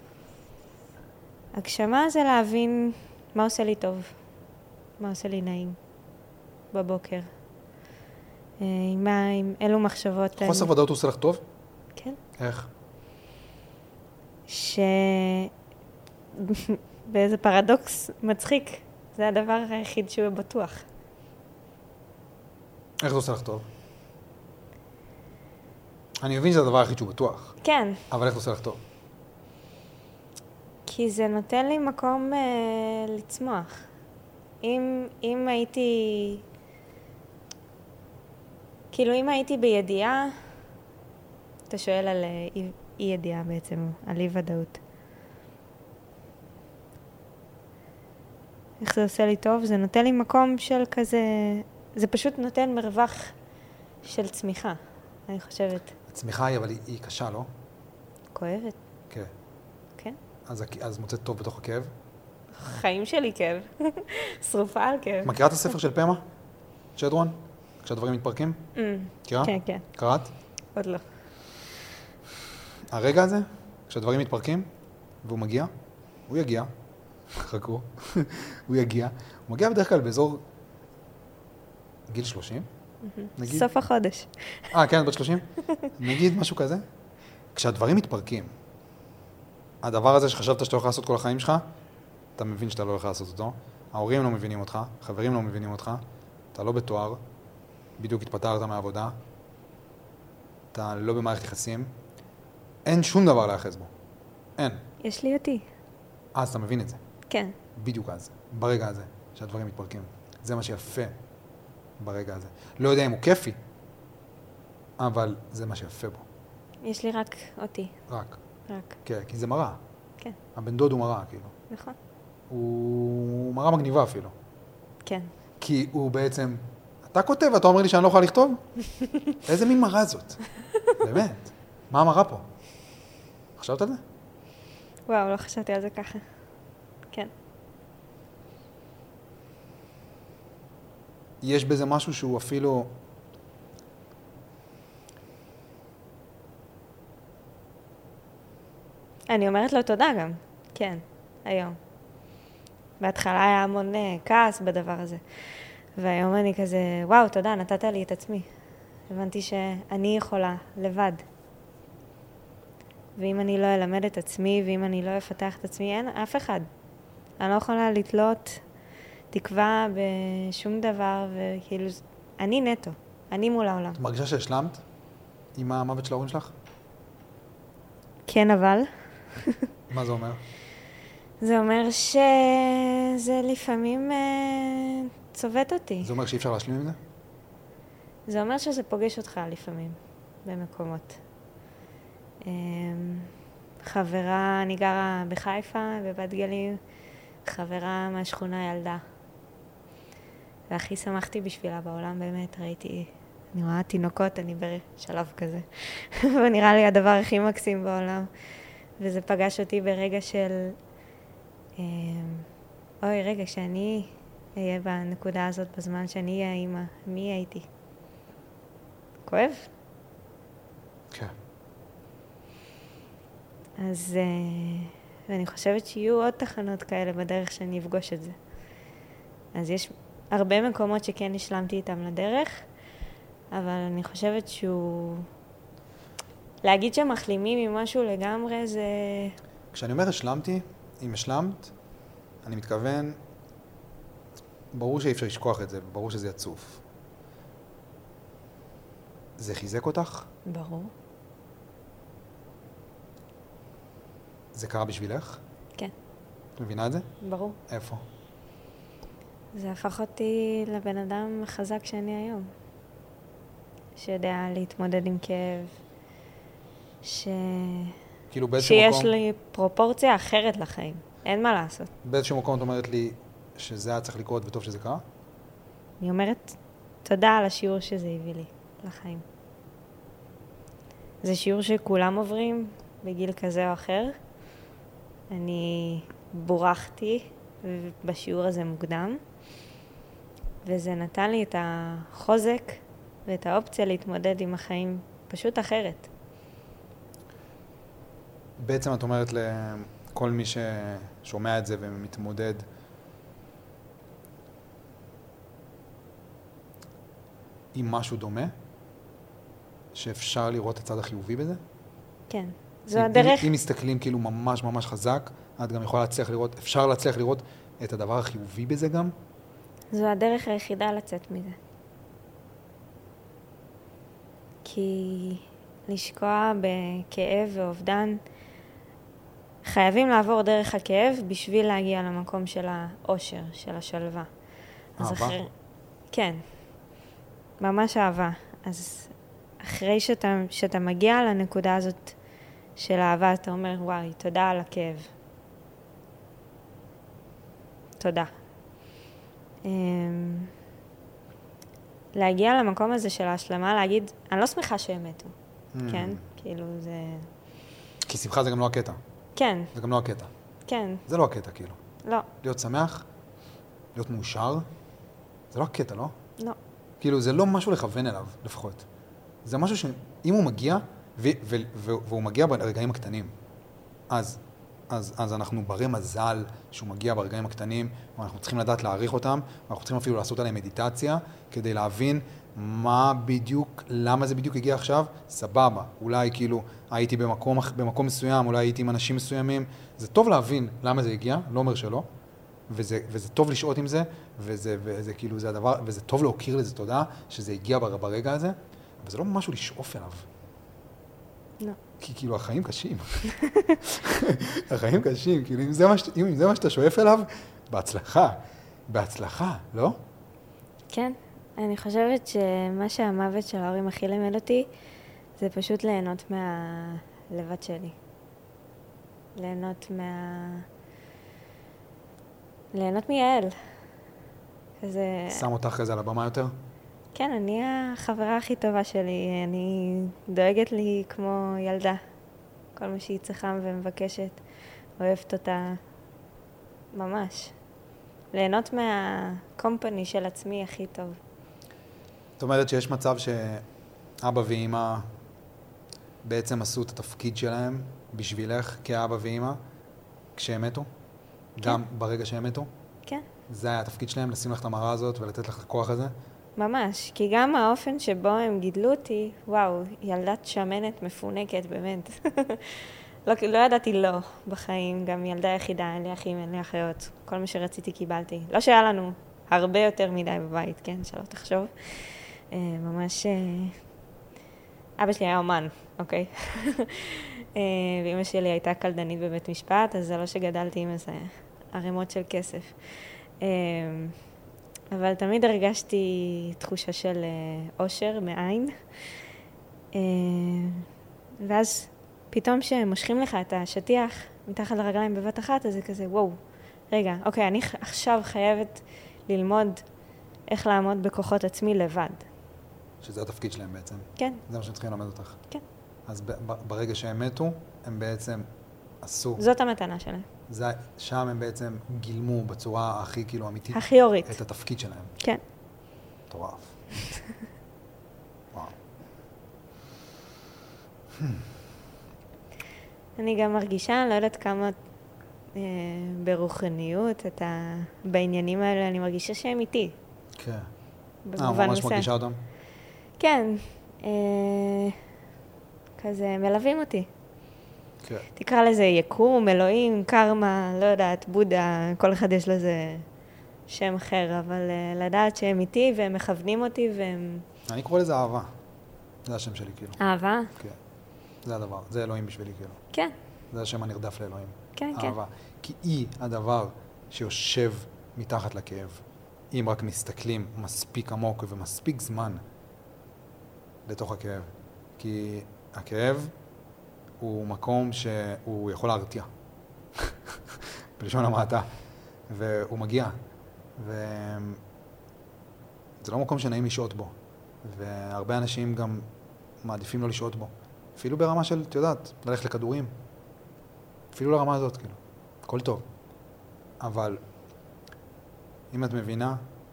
הגשמה זה להבין מה עושה לי טוב, מה עושה לי נעים בבוקר. עם אילו מחשבות... חוסר ודאות עושה לך טוב? כן. איך? באיזה פרדוקס מצחיק. זה הדבר היחיד שהוא בטוח. איך זה עושה לך טוב? אני מבין שזה הדבר היחיד שהוא בטוח. כן. אבל איך זה עושה לך טוב? כי זה נותן לי מקום לצמוח. אם הייתי... כאילו, אם הייתי בידיעה, אתה שואל על אי ידיעה בעצם, על אי ודאות. איך זה עושה לי טוב? זה נותן לי מקום של כזה... זה פשוט נותן מרווח של צמיחה, אני חושבת. הצמיחה היא, אבל היא קשה, לא? כואבת. כן. כן? אז מוצאת טוב בתוך הכאב? חיים שלי כאב. שרופה על כאב. מכירה את הספר של פמה? שדרון? כשהדברים מתפרקים? מכירה? כן, כן. קראת? עוד לא. הרגע הזה, כשהדברים מתפרקים, והוא מגיע, הוא יגיע, חכו, הוא יגיע, הוא מגיע בדרך כלל באזור גיל 30, נגיד. סוף החודש. כן, בת 30? נגיד משהו כזה. כשהדברים מתפרקים, הדבר הזה שחשבת שאתה הולך לעשות כל החיים שלך, אתה מבין שאתה לא הולך לעשות אותו, ההורים לא מבינים אותך, חברים לא מבינים אותך, אתה לא בתואר, בדיוק התפטרת מהעבודה, אתה לא במערכת יחסים, אין שום דבר להיאחז בו. אין. יש לי אותי. אז אתה מבין את זה. כן. בדיוק אז. ברגע הזה, שהדברים מתפרקים. זה מה שיפה ברגע הזה. לא יודע אם הוא כיפי, אבל זה מה שיפה בו. יש לי רק אותי. רק. רק. כן, כי זה מראה. כן. הבן דוד הוא מראה, כאילו. נכון. הוא מראה מגניבה אפילו. כן. כי הוא בעצם... אתה כותב, אתה אומר לי שאני לא יכולה לכתוב? איזה מין מראה זאת? באמת. מה המראה פה? חשבת על זה? וואו, לא חשבתי על זה ככה. כן. יש בזה משהו שהוא אפילו... אני אומרת לו תודה גם. כן, היום. בהתחלה היה המון כעס בדבר הזה. והיום אני כזה, וואו, תודה, נתת לי את עצמי. הבנתי שאני יכולה לבד. ואם אני לא אלמד את עצמי, ואם אני לא אפתח את עצמי, אין אף אחד. אני לא יכולה לתלות תקווה בשום דבר, וכאילו, אני נטו, אני מול העולם. את מרגישה שהשלמת עם המוות של ההורים שלך? כן, אבל. מה זה אומר? זה אומר שזה לפעמים צובט אותי. זה אומר שאי אפשר להשלים עם זה? זה אומר שזה פוגש אותך לפעמים, במקומות. חברה, אני גרה בחיפה, בבת גלים, חברה מהשכונה ילדה. והכי שמחתי בשבילה בעולם, באמת, ראיתי, אני רואה תינוקות, אני בשלב כזה. ונראה לי הדבר הכי מקסים בעולם. וזה פגש אותי ברגע של, אוי, רגע, שאני אהיה בנקודה הזאת בזמן שאני אהיה האמא, מי הייתי? כואב. כן. אז ואני חושבת שיהיו עוד תחנות כאלה בדרך שאני אפגוש את זה. אז יש הרבה מקומות שכן השלמתי איתם לדרך, אבל אני חושבת להגיד שמחלימים ממשהו לגמרי זה... כשאני אומר השלמתי, אם השלמת, אני מתכוון, ברור שאי אפשר לשכוח את זה, ברור שזה יצוף. זה חיזק אותך? ברור. זה קרה בשבילך? כן. את מבינה את זה? ברור. איפה? זה הפך אותי לבן אדם החזק שאני היום. שיודע להתמודד עם כאב. כאילו באיזשהו שיש מקום... לי פרופורציה אחרת לחיים. אין מה לעשות. באיזשהו מקום את אומרת לי שזה היה צריך לקרות וטוב שזה קרה? אני אומרת תודה על השיעור שזה הביא לי לחיים. זה שיעור שכולם עוברים בגיל כזה או אחר. אני בורחתי בשיעור הזה מוקדם, וזה נתן לי את החוזק ואת האופציה להתמודד עם החיים פשוט אחרת. בעצם את אומרת לכל מי ששומע את זה ומתמודד, עם משהו דומה, שאפשר לראות את הצד החיובי בזה? כן, זו הדרך. אם מסתכלים כאילו ממש ממש חזק, את גם יכולה להצליח לראות, אפשר להצליח לראות את הדבר החיובי בזה גם? זו הדרך היחידה לצאת מזה. כי לשקוע בכאב ואובדן, חייבים לעבור דרך הכאב בשביל להגיע למקום של האושר, של השלווה. אהבה? כן, ממש אהבה. אז אחרי שאתה מגיע לנקודה הזאת של אהבה, אתה אומר, וואי, תודה על הכאב. תודה. להגיע למקום הזה של ההשלמה, להגיד, אני לא שמחה שהם מתו. כן? כאילו זה... כי שמחה זה גם לא הקטע. כן. זה גם לא הקטע. כן. זה לא הקטע, כאילו. לא. להיות שמח, להיות מאושר, זה לא הקטע, לא? לא. כאילו, זה לא משהו לכוון אליו, לפחות. זה משהו שאם הוא מגיע, והוא מגיע ברגעים הקטנים, אז אנחנו ברי מזל שהוא מגיע ברגעים הקטנים, ואנחנו צריכים לדעת להעריך אותם, ואנחנו צריכים אפילו לעשות עליהם מדיטציה, כדי להבין מה בדיוק, למה זה בדיוק הגיע עכשיו, סבבה. אולי כאילו הייתי במקום מסוים, אולי הייתי עם אנשים מסוימים. זה טוב להבין למה זה הגיע, לא אומר שלא, וזה טוב לשעות עם זה, וזה כאילו זה הדבר, וזה טוב להוקיר לזה תודה, שזה הגיע ברגע הזה, אבל זה לא משהו לשאוף אליו. לא. כי כאילו החיים קשים. החיים קשים, כאילו אם זה מה שאתה שואף אליו, בהצלחה. בהצלחה, לא? כן. אני חושבת שמה שהמוות של ההורים הכי לימד אותי, זה פשוט ליהנות מהלבד שלי. ליהנות מיעל. כזה... שם אותך כזה על הבמה יותר? כן, אני החברה הכי טובה שלי. אני דואגת לי כמו ילדה. כל מה שהיא צריכה ומבקשת, אוהבת אותה ממש. ליהנות מהקומפני של עצמי הכי טוב. זאת אומרת שיש מצב שאבא ואמא בעצם עשו את התפקיד שלהם בשבילך כאבא ואמא כשהם מתו? כן. גם ברגע שהם מתו? כן. זה היה התפקיד שלהם, לשים לך את המראה הזאת ולתת לך את הכוח הזה? ממש, כי גם האופן שבו הם גידלו אותי, וואו, ילדת שמנת מפונקת, באמת. לא ידעתי לא בחיים, גם ילדה יחידה, אין לי אחים, אין לי אחיות. כל מה שרציתי קיבלתי. לא שהיה לנו הרבה יותר מדי בבית, כן? שלא תחשוב. ממש... אבא שלי היה אומן, אוקיי? ואמא שלי הייתה קלדנית בבית משפט, אז זה לא שגדלתי עם איזה ערימות של כסף. אבל תמיד הרגשתי תחושה של אושר מעין. ואז פתאום שמושכים לך את השטיח מתחת לרגליים בבת אחת, אז זה כזה, וואו, רגע, אוקיי, אני עכשיו חייבת ללמוד איך לעמוד בכוחות עצמי לבד. שזה התפקיד שלהם בעצם. כן. זה מה שהם צריכים ללמד אותך. כן. אז ברגע שהם מתו, הם בעצם עשו... זאת המתנה שלהם. שם הם בעצם גילמו בצורה הכי כאילו אמיתית. הכי אורית. את התפקיד שלהם. כן. מטורף. וואו. אני גם מרגישה, אני לא יודעת כמה ברוחניות, בעניינים האלה, אני מרגישה שהם איתי. כן. במובן ממש מסוים. מרגישה אותם? כן. כזה מלווים אותי. כן. תקרא לזה יקום, אלוהים, קרמה, לא יודעת, בודה, כל אחד יש לזה שם אחר, אבל לדעת שהם איתי והם מכוונים אותי והם... אני קורא לזה אהבה. זה השם שלי, כאילו. אהבה? כן. זה הדבר. זה אלוהים בשבילי, כאילו. כן. זה השם הנרדף לאלוהים. כן, כן. אהבה. כי היא הדבר שיושב מתחת לכאב. אם רק מסתכלים מספיק עמוק ומספיק זמן לתוך הכאב. כי הכאב הוא מקום שהוא יכול להרתיע. בלשון המעטה. והוא מגיע. וזה לא מקום שנעים לשהות בו. והרבה אנשים גם מעדיפים לא לשהות בו. אפילו ברמה של, את יודעת, ללכת לכדורים. אפילו לרמה הזאת, כאילו. הכל טוב. אבל אם את מבינה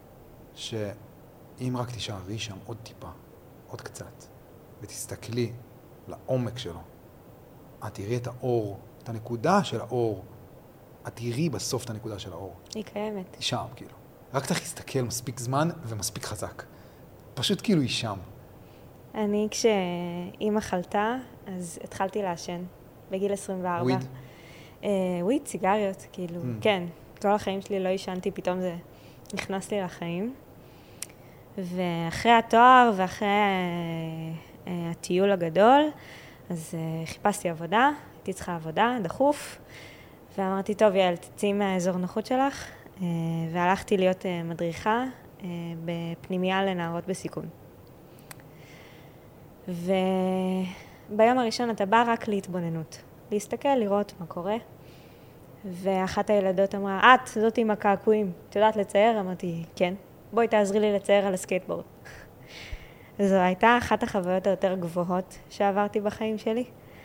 שאם רק תישארי שם עוד טיפה, עוד קצת, ותסתכלי לעומק שלו, את תראי את האור, את הנקודה של האור, את תראי בסוף את הנקודה של האור. היא קיימת. היא שם, כאילו. רק צריך להסתכל מספיק זמן ומספיק חזק. פשוט כאילו היא שם. אני, כשאימא חלתה, אז התחלתי לעשן, בגיל 24. וויד? וויד, סיגריות, כאילו, כן. כל החיים שלי לא ישנתי, פתאום זה נכנס לי לחיים. ואחרי התואר ואחרי הטיול הגדול, אז חיפשתי עבודה, הייתי צריכה עבודה, דחוף, ואמרתי, טוב, יעל, תצאי מהאזור נוחות שלך, והלכתי להיות מדריכה בפנימייה לנערות בסיכון. וביום הראשון אתה בא רק להתבוננות, להסתכל, לראות מה קורה. ואחת הילדות אמרה, זאת עם הקעקועים, את יודעת לצייר? אמרתי, כן. בואי תעזרי לי לצייר על הסקייטבורד. זו הייתה אחת החוויות היותר גבוהות שעברתי בחיים שלי.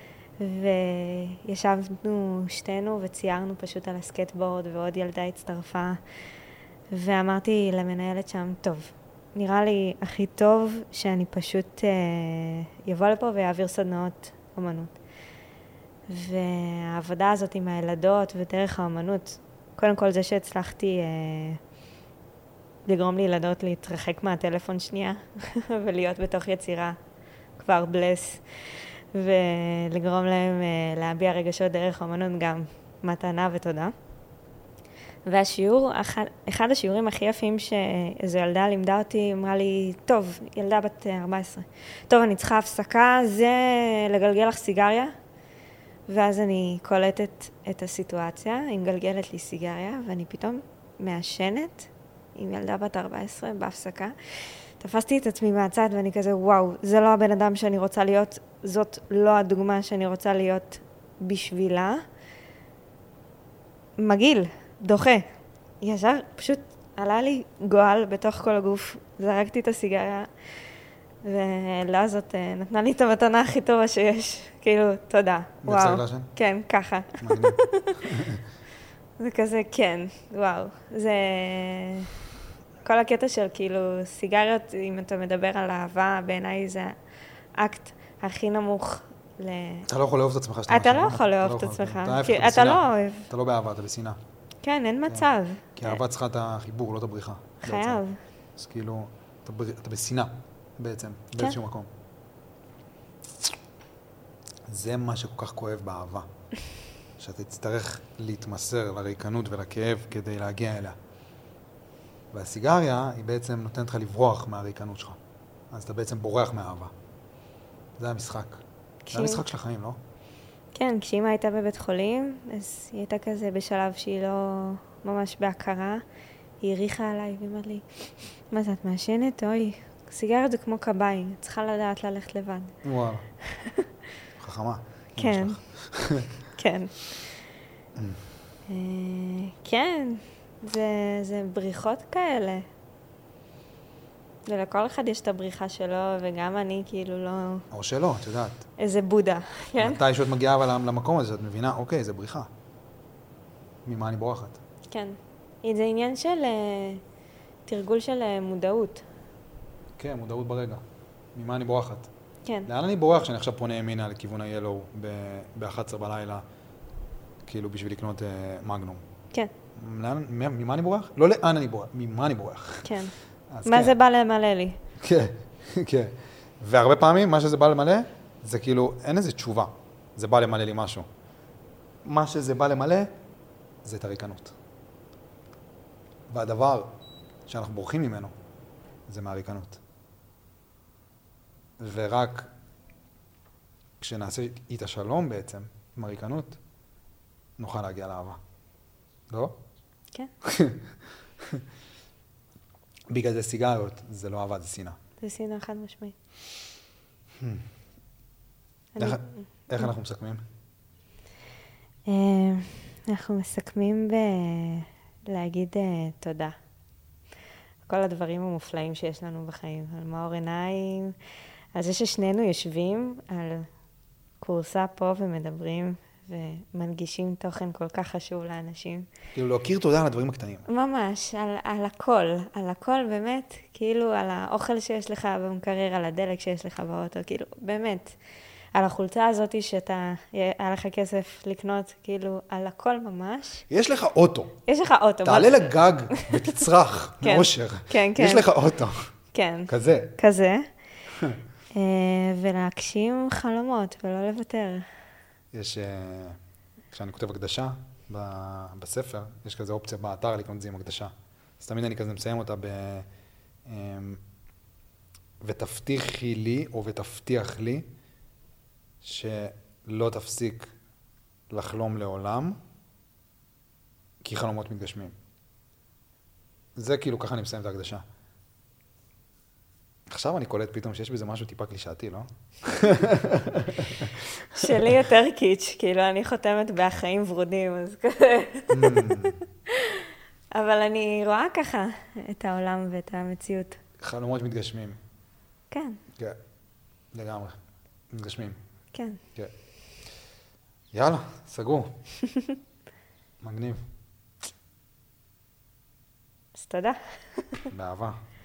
וישבנו שתינו וציירנו פשוט על הסקייטבורד, ועוד ילדה הצטרפה. ואמרתי למנהלת שם, טוב, נראה לי הכי טוב שאני פשוט יבוא לפה ויעביר סדנאות אומנות. והעבודה הזאת עם הילדות ודרך האומנות, קודם כל זה שהצלחתי לגרום לילדות להתרחק מהטלפון שנייה ולהיות בתוך יצירה כבר בלס, ולגרום להם להביע רגשות דרך האומנות גם מתנה ותודה. והשיעור, אחד השיעורים הכי יפים שאיזו ילדה לימדה אותי, אמרה לי, טוב, ילדה בת 14, טוב, אני צריכה הפסקה, זה לגלגל לך סיגריה. ואז אני קולטת את הסיטואציה, היא מגלגלת לי סיגריה, ואני פתאום מעשנת עם ילדה בת 14 בהפסקה. תפסתי את עצמי מהצד ואני כזה, וואו, זה לא הבן אדם שאני רוצה להיות, זאת לא הדוגמה שאני רוצה להיות בשבילה. מגעיל, דוחה. ישר, פשוט עלה לי גועל בתוך כל הגוף, זרקתי את הסיגריה, ולא הזאת נתנה לי את המתנה הכי טובה שיש. כאילו, תודה. והפסק לעשן? כן, ככה. זה כזה, כן, וואו. זה... כל הקטע של כאילו סיגריות, אם אתה מדבר על אהבה, בעיניי זה האקט הכי נמוך אתה לא יכול לאהוב את עצמך. אתה לא יכול לאהוב את עצמך. אתה לא אוהב. אתה לא באהבה, אתה בשנאה. כן, אין מצב. כי אהבה צריכה את החיבור, לא את הבריחה. חייב. אז כאילו, אתה בשנאה בעצם, באיזשהו מקום. זה מה שכל כך כואב באהבה. שאתה תצטרך להתמסר לריקנות ולכאב כדי להגיע אליה. והסיגריה היא בעצם נותנת לך לברוח מהריקנות שלך. אז אתה בעצם בורח מהאהבה. זה המשחק. זה המשחק של החיים, לא? כן, כשאמא הייתה בבית חולים, אז היא הייתה כזה בשלב שהיא לא ממש בהכרה. היא הריחה עליי ואמרה לי, מה זה, את מעשנת? אוי, סיגריות זה כמו קביים, צריכה לדעת ללכת לבד. וואלה. חכמה. כן. כן. כן, זה בריחות כאלה. ולכל אחד יש את הבריחה שלו, וגם אני כאילו לא... או שלא, את יודעת. איזה בודה, כן? מתי שאת מגיעה אבל למקום הזה, שאת מבינה, אוקיי, זה בריחה. ממה אני בורחת? כן. זה עניין של תרגול של מודעות. כן, מודעות ברגע. ממה אני בורחת? כן. לאן אני בורח שאני עכשיו פונה ימינה לכיוון ה-Yellow ב-11 בלילה, כאילו בשביל לקנות מגנום? כן. ממה אני בורח? לא לאן אני בורח, ממה אני בורח. כן. אז מה כן. זה בא למלא לי? כן, כן. והרבה פעמים מה שזה בא למלא, זה כאילו, אין איזה תשובה. זה בא למלא לי משהו. מה שזה בא למלא, זה את הריקנות. והדבר שאנחנו בורחים ממנו, זה מהריקנות. ורק כשנעשה איתה שלום בעצם, עם הריקנות, נוכל להגיע לאהבה. לא? כן. בגלל זה סיגריות, זה לא אהבה, זה שנאה. זה שנאה חד משמעית. איך אנחנו מסכמים? אנחנו מסכמים להגיד תודה. כל הדברים המופלאים שיש לנו בחיים, על מאור עיניים, על זה ששנינו יושבים על קורסה פה ומדברים ומנגישים תוכן כל כך חשוב לאנשים. כאילו להכיר תודה על הדברים הקטנים. ממש, על הכל באמת, כאילו על האוכל שיש לך במקרר, על הדלק שיש לך באוטו, כאילו באמת, על החולצה הזאת שאתה, היה לך כסף לקנות, כאילו על הכל ממש. יש לך אוטו. יש לך אוטו. תעלה לגג ותצרח מאושר. כן, כן. יש לך אוטו. כן. כזה. כזה. ולהגשים חלומות ולא לוותר. יש, כשאני כותב הקדשה בספר, יש כזה אופציה באתר לקנות את זה עם הקדשה. אז תמיד אני כזה מסיים אותה ותבטיחי לי, או ותבטיח לי, שלא תפסיק לחלום לעולם, כי חלומות מתגשמים. זה כאילו, ככה אני מסיים את ההקדשה. עכשיו אני קולט פתאום שיש בזה משהו טיפה קלישאתי, לא? שלי יותר קיץ', כאילו אני חותמת בחיים ורודים, אז כזה. אבל אני רואה ככה את העולם ואת המציאות. חלומות מתגשמים. כן. כן, לגמרי. מתגשמים. כן. כן. יאללה, סגור. מגניב. אז תודה. באהבה.